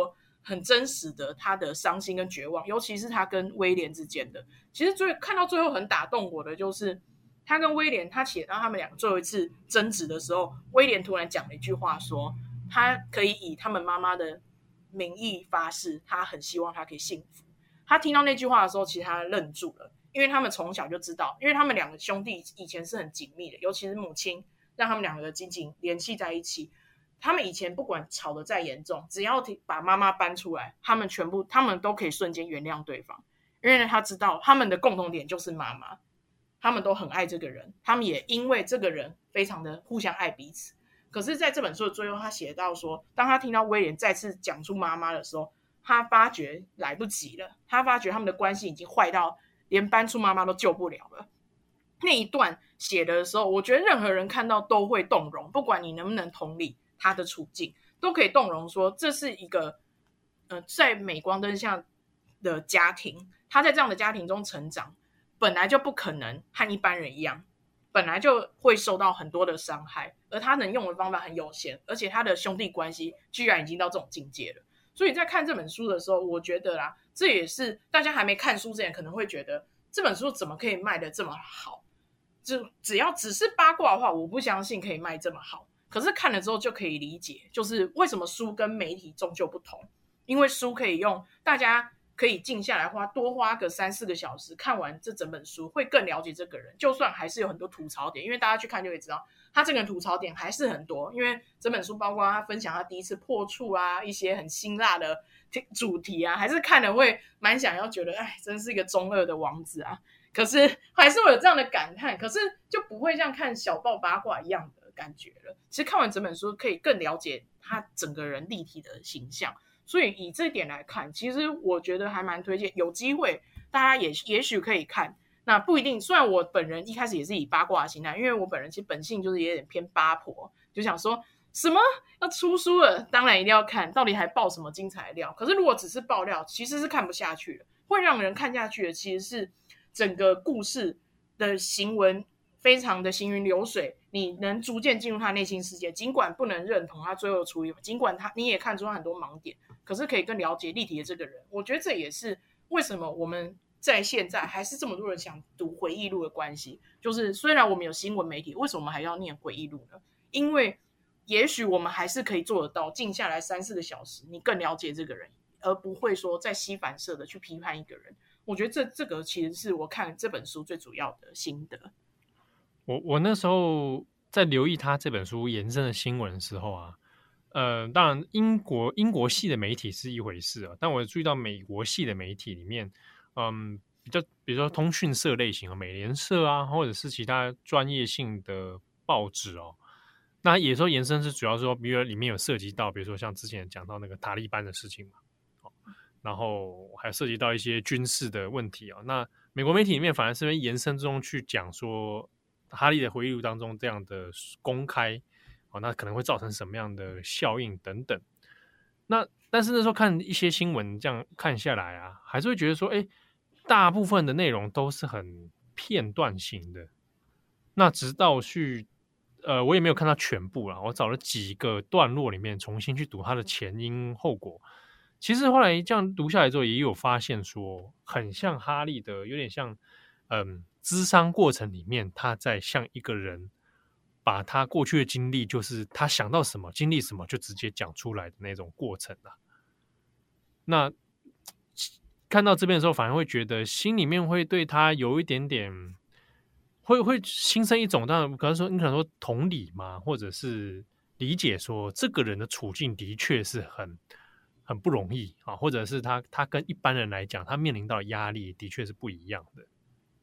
很真实的他的伤心跟绝望，尤其是他跟威廉之间的。其实最看到最后很打动我的就是他跟威廉，他写到他们两个最后一次争执的时候，威廉突然讲了一句话说，他可以以他们妈妈的名义发誓，他很希望他可以幸福。他听到那句话的时候，其实他愣住了，因为他们从小就知道，因为他们两个兄弟以前是很紧密的，尤其是母亲让他们两个紧紧联系在一起。他们以前不管吵得再严重，只要把妈妈搬出来，他们全部他们都可以瞬间原谅对方，因为他知道他们的共同点就是妈妈，他们都很爱这个人，他们也因为这个人非常的互相爱彼此。可是在这本书的最后，他写到说，当他听到威廉再次讲出妈妈的时候，他发觉来不及了，他发觉他们的关系已经坏到连搬出妈妈都救不了了。那一段写的时候，我觉得任何人看到都会动容，不管你能不能同理他的处境，都可以动容说这是一个呃，在镁光灯下的家庭，他在这样的家庭中成长，本来就不可能和一般人一样，本来就会受到很多的伤害，而他能用的方法很有限，而且他的兄弟关系居然已经到这种境界了。所以在看这本书的时候，我觉得啦，这也是大家还没看书之前可能会觉得这本书怎么可以卖得这么好，就只要只是八卦的话，我不相信可以卖这么好。可是看了之后就可以理解，就是为什么书跟媒体终究不同，因为书可以用大家可以静下来花多花个三四个小时看完这整本书，会更了解这个人，就算还是有很多吐槽点，因为大家去看就会知道他这个人吐槽点还是很多，因为整本书包括他分享他第一次破处啊，一些很辛辣的主题啊，还是看了会蛮想要觉得哎，真是一个中二的王子啊，可是还是会有这样的感叹，可是就不会像看小报八卦一样的感觉了。其实看完整本书可以更了解他整个人立体的形象，所以以这一点来看，其实我觉得还蛮推荐，有机会大家也也许可以看。那不一定，虽然我本人一开始也是以八卦的心态，因为我本人其实本性就是有点偏八婆，就想说什么要出书了，当然一定要看，到底还爆什么精彩料。可是如果只是爆料，其实是看不下去的，会让人看下去的其实是整个故事的行文非常的行云流水，你能逐渐进入他内心世界，尽管不能认同他最后的处理，尽管他你也看出他很多盲点，可是可以更了解立体的这个人。我觉得这也是为什么我们在现在还是这么多人想读回忆录的关系，就是虽然我们有新闻媒体，为什么我们还要念回忆录呢？因为也许我们还是可以做得到静下来三四个小时，你更了解这个人，而不会说再吸反射的去批判一个人。我觉得这这个其实是我看这本书最主要的心得。
我我那时候在留意他这本书延伸的新闻的时候啊，呃，当然英国英国系的媒体是一回事啊，但我注意到美国系的媒体里面，嗯，比较比如说通讯社类型的美联社啊，或者是其他专业性的报纸哦，那有时候延伸是主要说，比如说里面有涉及到，比如说像之前讲到那个塔利班的事情嘛，哦，然后还涉及到一些军事的问题啊，那美国媒体里面反而是延伸中去讲说。哈利的回忆录当中这样的公开，哦，那可能会造成什么样的效应等等。那但是那时候看一些新闻，这样看下来啊，还是会觉得说，哎，大部分的内容都是很片段型的。那直到去，呃，我也没有看到全部啦，我找了几个段落里面重新去读它的前因后果。其实后来这样读下来之后，也有发现说，很像哈利的，有点像，嗯。諮商过程里面，他在向一个人把他过去的经历，就是他想到什么、经历什么，就直接讲出来的那种过程啊。那看到这边的时候，反而会觉得心里面会对他有一点点，会会心生一种，当然可能说你可能说同理嘛，或者是理解说这个人的处境的确是很很不容易啊，或者是他他跟一般人来讲，他面临到的压力的确是不一样的。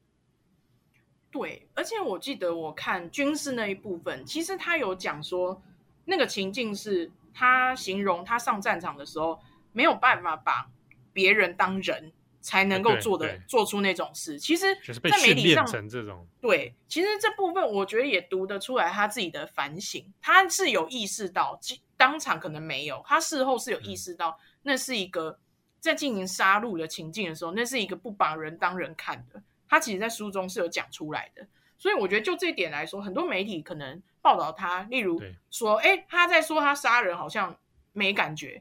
对，而且我记得我看军事那一部分，其实他有讲说，那个情境是他形容他上战场的时候没有办法把别人当人才能够做的做出那种事。其实，在媒体上
成这种，
对，其实这部分我觉得也读得出来他自己的反省，他是有意识到，当场可能没有，他事后是有意识到，那是一个在进行杀戮的情境的时候，那是一个不把人当人看的。他其实在书中是有讲出来的，所以我觉得就这一点来说，很多媒体可能报道他，例如说，哎，他在说他杀人好像没感觉，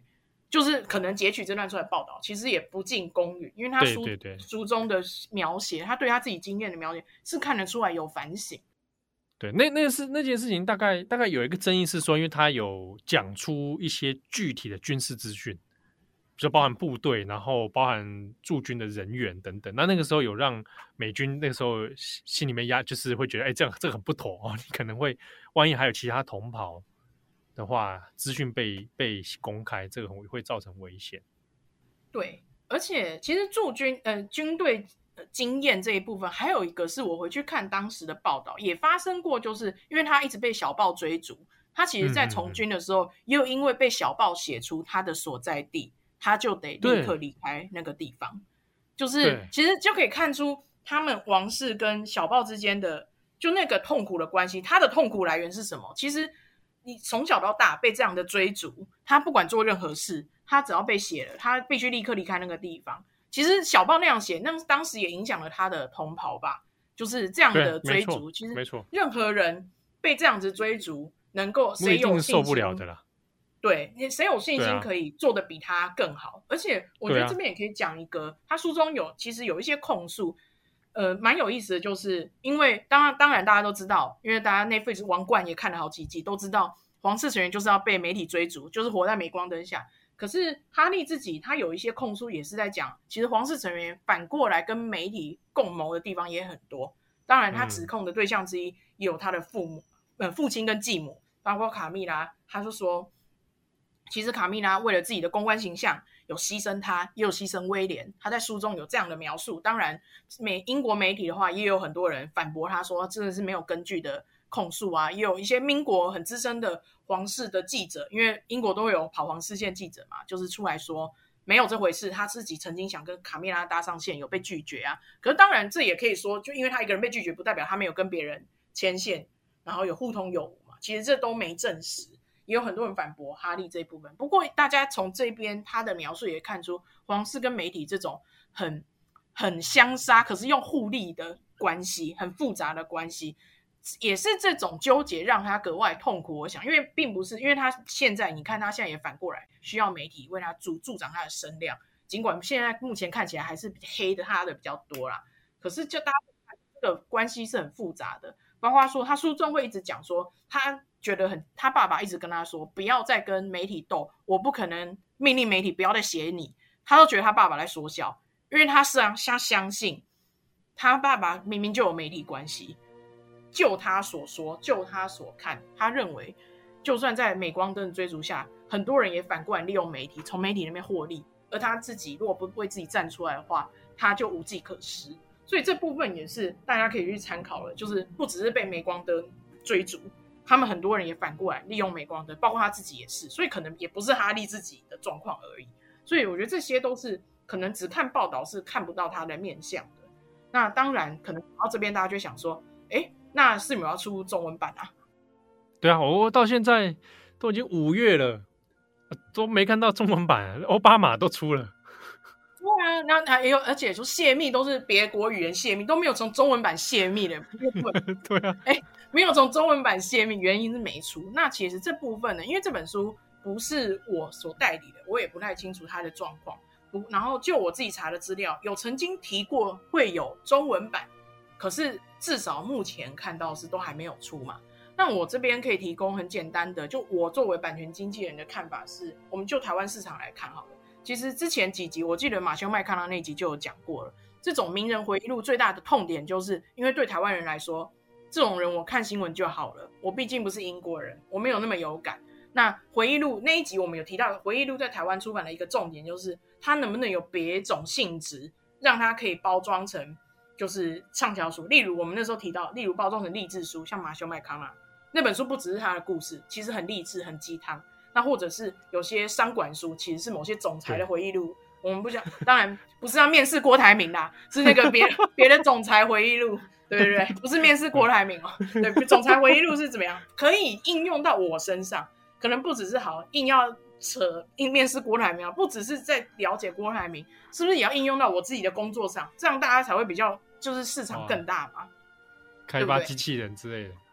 就是可能截取这段出来报道，其实也不尽公允，因为他书
对对对
书中的描写，他对他自己经验的描写是看得出来有反省。
对，那那是那件事情大概大概有一个争议是说，因为他有讲出一些具体的军事资讯。就包含部队，然后包含驻军的人员等等。那那个时候有让美军那个时候心里面压，就是会觉得，哎，这样这个很不妥哦，你可能会万一还有其他同袍的话，资讯被被公开，这个会造成危险。
对，而且其实驻军呃军队经验这一部分，还有一个是我回去看当时的报道，也发生过，就是因为他一直被小报追逐，他其实在从军的时候，嗯嗯嗯也有因为被小报写出他的所在地。他就得立刻离开那个地方，就是其实就可以看出他们王室跟小报之间的就那个痛苦的关系。他的痛苦来源是什么？其实你从小到大被这样的追逐，他不管做任何事，他只要被写了，他必须立刻离开那个地方。其实小报那样写，那当时也影响了他的同袍吧，就是这样的追逐。其实
没错，
任何人被这样子追逐，能够谁有信心
受不了的啦。
对，谁有信心可以做得比他更好？啊、而且我觉得这边也可以讲一个，啊、他书中有其实有一些控诉，呃，蛮有意思的，就是因为当然当然大家都知道，因为大家 Netflix 王冠也看了好几季，都知道皇室成员就是要被媒体追逐，就是活在镁光灯下。可是哈利自己他有一些控诉，也是在讲，其实皇室成员反过来跟媒体共谋的地方也很多。当然，他指控的对象之一也有他的父母，呃，父亲跟继母，包括卡蜜拉，他就说。其实卡蜜拉为了自己的公关形象，有牺牲他，也有牺牲威廉。他在书中有这样的描述。当然，美英国媒体的话，也有很多人反驳他说，真的是没有根据的控诉啊。也有一些英国很资深的皇室的记者，因为英国都会有跑皇室线记者嘛，就是出来说没有这回事。他自己曾经想跟卡蜜拉搭上线，有被拒绝啊。可是当然，这也可以说，就因为他一个人被拒绝，不代表他没有跟别人牵线，然后有互通有无嘛。其实这都没证实。也有很多人反驳哈利这一部分，不过大家从这边他的描述也看出皇室跟媒体这种很很相杀，可是用互利的关系，很复杂的关系，也是这种纠结让他格外痛苦。我想，因为并不是因为他现在你看他现在也反过来需要媒体为他助助长他的声量，尽管现在目前看起来还是黑的他的比较多啦，可是就大家看这个关系是很复杂的。包括说他书中会一直讲说他觉得很，他爸爸一直跟他说不要再跟媒体斗，我不可能命令媒体不要再写你，他都觉得他爸爸在说笑，因为他是他相信他爸爸明明就有媒体关系，就他所说就他所看，他认为就算在镁光灯的追逐下，很多人也反过来利用媒体从媒体那边获利，而他自己如果不为自己站出来的话，他就无计可施。所以这部分也是大家可以去参考了，就是不只是被镁光灯追逐，他们很多人也反过来利用镁光灯，包括他自己也是，所以可能也不是哈利自己的状况而已。所以我觉得这些都是可能只看报道是看不到他的面向的。那当然可能到这边大家就想说，哎，那是没有要出中文版啊？
对啊，我到现在都已经五月了，都没看到中文版，奥巴马都出了。
对啊，那还有，而且说泄密都是别国语言泄密，都没有从中文版泄密的。
对啊，
哎，没有从中文版泄密，原因是没出。那其实这部分呢，因为这本书不是我所代理的，我也不太清楚它的状况。然后就我自己查的资料，有曾经提过会有中文版，可是至少目前看到是都还没有出嘛。那我这边可以提供很简单的，就我作为版权经纪人的看法是，我们就台湾市场来看好了。其实之前几集我记得马修麦康纳那集就有讲过了，这种名人回忆录最大的痛点就是因为对台湾人来说，这种人我看新闻就好了，我毕竟不是英国人，我没有那么有感。那回忆录那一集我们有提到，回忆录在台湾出版的一个重点就是它能不能有别种性质，让它可以包装成就是畅销书，例如我们那时候提到，例如包装成励志书，像马修麦康纳那本书不只是他的故事，其实很励志很鸡汤，那或者是有些商管书其实是某些总裁的回忆录，我们不想，当然不是要面试郭台铭啦，是那个别别的总裁回忆录，对对对，不是面试郭台铭哦，对，总裁回忆录是怎么样可以应用到我身上，可能不只是好硬要扯硬面试郭台铭，不只是在了解郭台铭，是不是也要应用到我自己的工作上，这样大家才会比较就是市场更大嘛，
开发机器人之类的。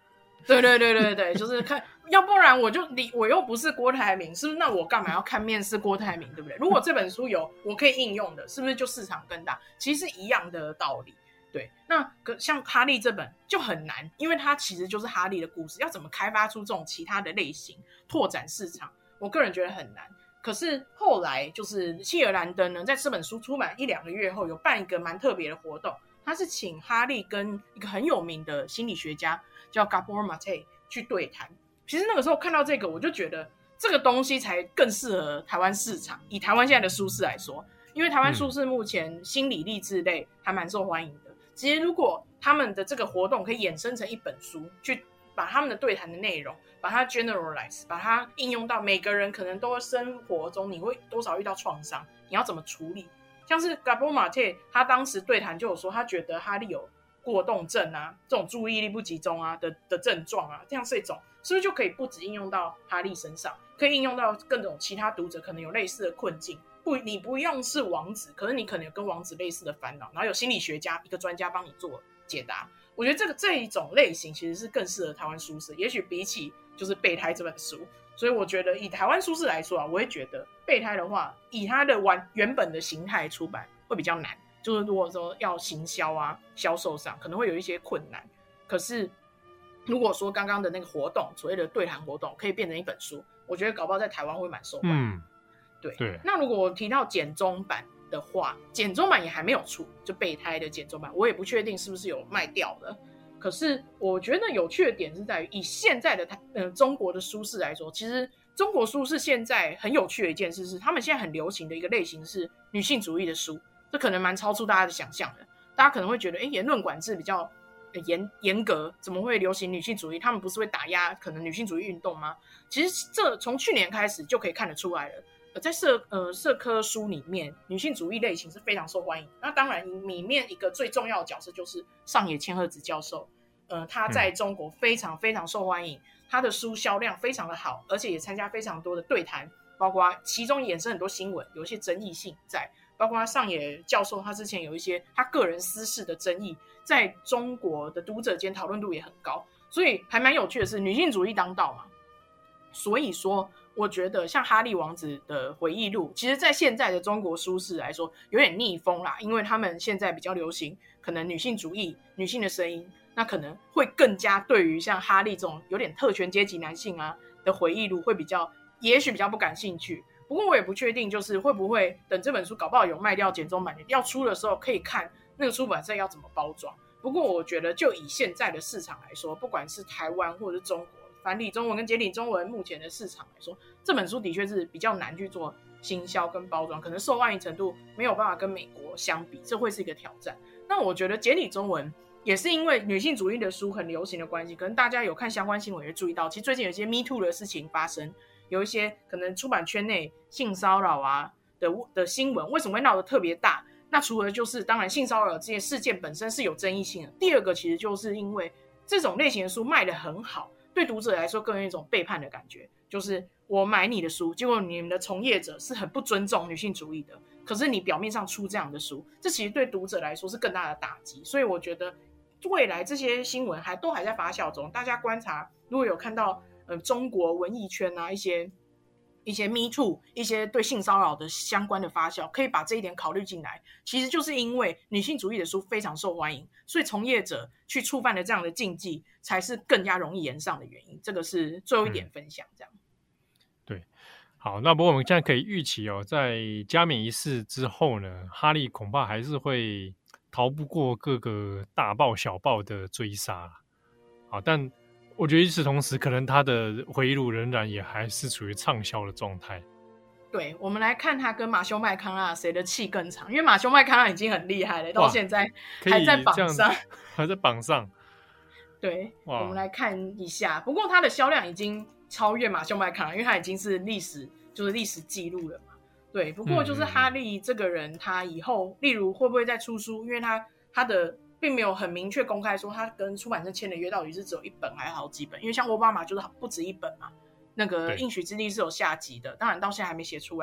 对对对对对，就是看，要不然我就你我又不是郭台铭，是不是？那我干嘛要看面试郭台铭，对不对？如果这本书有我可以应用的，是不是就市场更大？其实是一样的道理。对，那像哈利这本就很难，因为它其实就是哈利的故事，要怎么开发出这种其他的类型，拓展市场，我个人觉得很难。可是后来就是希尔兰登呢，在这本书出版一两个月后，有办一个蛮特别的活动，他是请哈利跟一个很有名的心理学家叫 Gabor Mate 去对谈。其实那个时候看到这个，我就觉得这个东西才更适合台湾市场，以台湾现在的书市来说，因为台湾书市目前心理励志类还蛮受欢迎的。其实如果他们的这个活动可以衍生成一本书，去把他们的对谈的内容把它 generalize， 把它应用到每个人可能都生活中你会多少遇到创伤，你要怎么处理。像是 Gabor Mate 他当时对谈就有说，他觉得哈利有过动症啊，这种注意力不集中啊 的, 的症状啊，这样这种是不是就可以不止应用到哈利身上，可以应用到各种其他读者可能有类似的困境，不，你不用是王子，可是你可能有跟王子类似的烦恼，然后有心理学家一个专家帮你做解答。我觉得这个这一种类型其实是更适合台湾书市，也许比起就是备胎这本书。所以我觉得以台湾书市来说啊，我会觉得备胎的话，以它的完原本的形态出版会比较难，就是如果说要行销啊、销售上可能会有一些困难。可是如果说刚刚的那个活动，所谓的对谈活动可以变成一本书，我觉得搞不好在台湾会蛮受欢迎。嗯，对对。那如果我提到简中版的话，简中版也还没有出，就备胎的简中版，我也不确定是不是有卖掉的。可是我觉得有趣的点是在于，以现在的、呃、中国的书市来说，其实中国书市现在很有趣的一件事是，他们现在很流行的一个类型是女性主义的书，这可能蛮超出大家的想象的。大家可能会觉得，哎，言论管制比较严严格，怎么会流行女性主义？他们不是会打压可能女性主义运动吗？其实这从去年开始就可以看得出来了。在社呃社科书里面，女性主义类型是非常受欢迎。那当然，里面一个最重要的角色就是上野千鹤子教授，呃，他在中国非常非常受欢迎，他的书销量非常的好，而且也参加非常多的对谈，包括其中衍生很多新闻，有一些争议性在，包括上野教授他之前有一些他个人私事的争议，在中国的读者间讨论度也很高，所以还蛮有趣的是，女性主义当道嘛，所以说。我觉得像哈利王子的回忆录，其实在现在的中国书市来说有点逆风啦，因为他们现在比较流行可能女性主义、女性的声音，那可能会更加对于像哈利这种有点特权阶级男性啊的回忆录会比较，也许比较不感兴趣。不过我也不确定，就是会不会等这本书搞不好有卖掉简中版要出的时候，可以看那个出版社要怎么包装。不过我觉得就以现在的市场来说，不管是台湾或者是中国繁体中文跟简体中文目前的市场来说，这本书的确是比较难去做行销跟包装，可能受欢迎程度没有办法跟美国相比，这会是一个挑战。那我觉得简体中文也是因为女性主义的书很流行的关系，可能大家有看相关新闻也会注意到，其实最近有一些 Me Too 的事情发生，有一些可能出版圈内性骚扰啊 的, 的新闻，为什么会闹得特别大？那除了就是当然性骚扰这些事件本身是有争议性的，第二个其实就是因为这种类型的书卖得很好，对读者来说更有一种背叛的感觉，就是我买你的书，结果你们的从业者是很不尊重女性主义的，可是你表面上出这样的书，这其实对读者来说是更大的打击。所以我觉得未来这些新闻还都还在发酵中，大家观察如果有看到、呃、中国文艺圈啊一些一些 Me Too 一些对性骚扰的相关的发酵，可以把这一点考虑进来，其实就是因为女性主义的书非常受欢迎，所以从业者去触犯了这样的禁忌才是更加容易延上的原因。这个是最后一点分享这样、嗯、
对。好，那不过我们现在可以预期哦，在加冕仪式之后呢，哈利恐怕还是会逃不过各个大报小报的追杀。好，但我觉得与此同时，可能他的回忆录仍然也还是处于畅销的状态。
对，我们来看他跟马修麦康纳谁的气更长，因为马修麦康纳已经很厉害了，到现在还在榜上，
还在榜上。
对，我们来看一下，不过他的销量已经超越马修麦康纳，因为他已经是历史就是历史记录了嘛。对，不过就是哈利这个人，他以后例如会不会再出书，因为他他的并没有很明确公开说他跟出版社签的约到底是只有一本还是好几本，因为像奥巴马就是不止一本嘛，那个应许之地是有下集的，当然到现在还没写出来。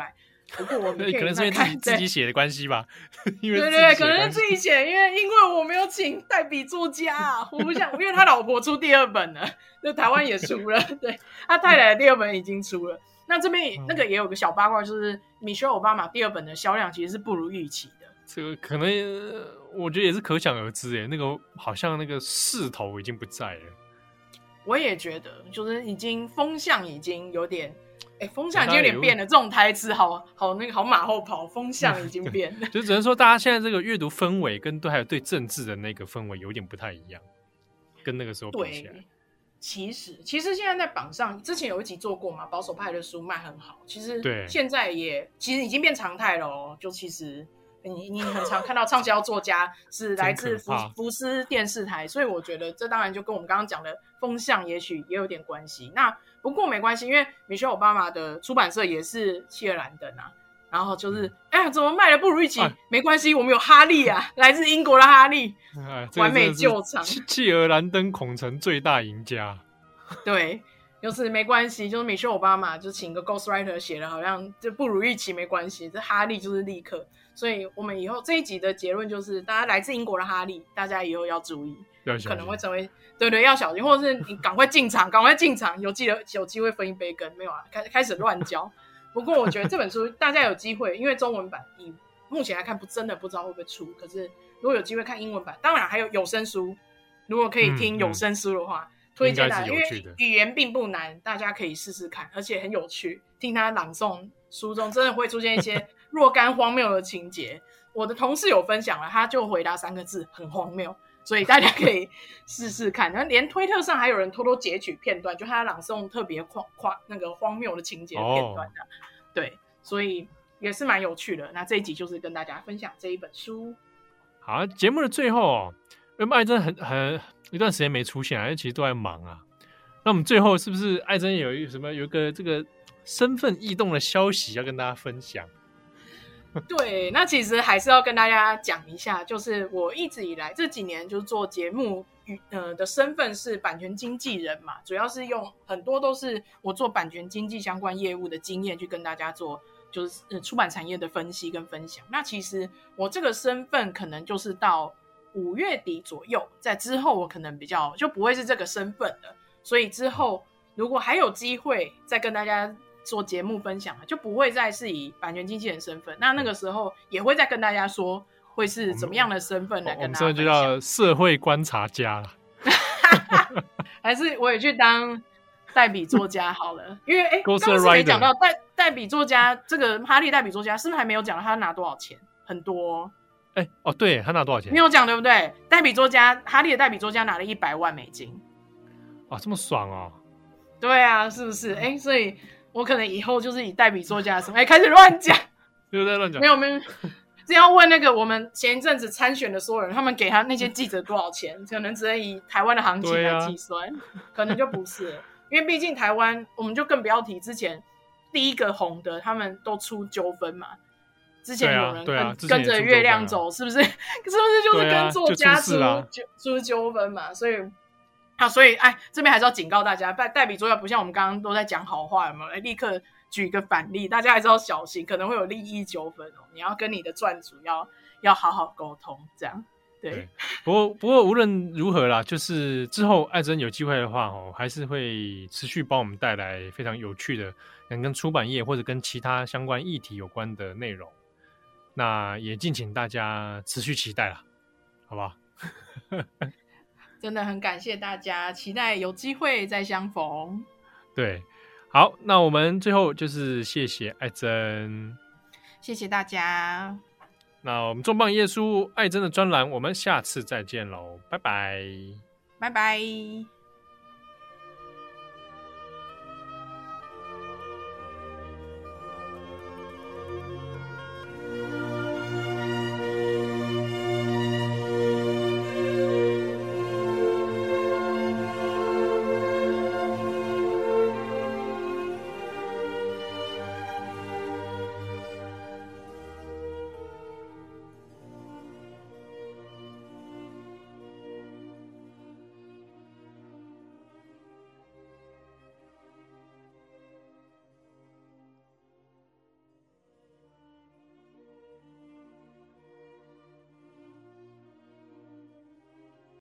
不过我们可以
可能是因为自己自己写的关系吧，因为
对对对，可能是自己写，因为因为我没有请代笔作家、啊，我不想，因为他老婆出第二本了，就台湾也出了，对，他太太的第二本已经出了。那这边、嗯、那个也有个小八卦，就是 Michelle Obama 第二本的销量其实是不如预期的。
这个可能、呃、我觉得也是可想而知耶，那个好像那个势头已经不在了。
我也觉得，就是已经风向已经有点。哎，风向已经有点变了，这种台词好好那个好马后炮，风向已经变了。
就只能说，大家现在这个阅读氛围跟对还有对政治的那个氛围有点不太一样，跟那个时候比起来。
其实，其实现在在榜上，之前有一集做过嘛，保守派的书卖很好。其实现在也其实已经变常态了哦。就其实你你很常看到畅销作家是来自福福斯电视台，所以我觉得这当然就跟我们刚刚讲的风向也许也有点关系。那不过没关系，因为米歇尔·奥巴马的出版社也是企鹅兰登啊，然后就是哎呀，怎么卖的不如预期？哎、没关系，我们有哈利啊，来自英国的哈利，哎、完美救场。
企鹅兰登恐成最大赢家。
对，就是没关系，就是米歇尔·奥巴马就请个 ghostwriter 写的，好像就不如预期没关系。这哈利就是立刻，所以我们以后这一集的结论就是，大家来自英国的哈利，大家以后要注意，可能会成为。对对，要小心，或者是你赶快进场，赶快进场，有记得有机会分一杯羹，没有啊？开开始乱教。不过我觉得这本书大家有机会，因为中文版以目前来看不真的不知道会不会出，可是如果有机会看英文版，当然还有有声书，如果可以听有声书的话，嗯嗯、推荐大家，因为语言并不难，大家可以试试看，而且很有趣。听他朗诵书中真的会出现一些若干荒谬的情节。我的同事有分享了，他就回答三个字：很荒谬。所以大家可以试试看，然后连推特上还有人偷偷截取片段，就他朗诵特别夸夸那个荒谬的情节的片段的、哦，对，所以也是蛮有趣的。那这一集就是跟大家分享这一本书。
好，节目的最后哦，因为艾珍很很一段时间没出现啊，因为其实都在忙啊。那我们最后是不是艾珍有一什么有一个这个身份异动的消息要跟大家分享？
对，那其实还是要跟大家讲一下，就是我一直以来这几年就是做节目呃的身份是版权经纪人嘛，主要是用很多都是我做版权经纪相关业务的经验去跟大家做就是、呃、出版产业的分析跟分享。那其实我这个身份可能就是到五月底左右，在之后我可能比较就不会是这个身份了，所以之后如果还有机会再跟大家做节目分享，就不会再是以版权经纪人身份，那那个时候也会再跟大家说会是怎么样的身份来跟大家分享。我们
现在就叫社会观察家了
还是我也去当代笔作家好了因为哎，刚刚是没讲到代代笔作家，这个哈利代笔作家是不是还没有讲到他拿多少钱？很多
哎哦，对，他拿多少钱？
没有讲对不对？代笔作家哈利的代笔作家拿了一百万美金。
啊，这么爽哦！
对啊，是不是？哎，所以我可能以后就是以代笔作家的身份，哎，开始乱讲，
又在乱讲，
没有没有，这要问那个我们前一阵子参选的所有人，他们给他那些记者多少钱？可能只能以台湾的行情来计算，啊、可能就不是了，因为毕竟台湾，我们就更不要提之前第一个红的，他们都出纠纷嘛。之前有人跟、啊啊、跟着月亮走，是不是？是不是就是跟作家出出纠纷嘛？所以。啊，所以哎，这边还是要警告大家，代代笔作家不像我们刚刚都在讲好话，有没有？立刻举一个反例，大家还是要小心，可能会有利益纠纷哦。你要跟你的撰主要要好好沟通，这样 对, 对。
不过不过无论如何啦，就是之后艾珍有机会的话哦，还是会持续帮我们带来非常有趣的，跟出版业或者跟其他相关议题有关的内容。那也敬请大家持续期待啦，好不好？
真的很感谢大家，期待有机会再相逢。
对，好，那我们最后就是谢谢艾珍，
谢谢大家。
那我们重磅耶稣艾珍的专栏，我们下次再见喽，拜拜，
拜拜。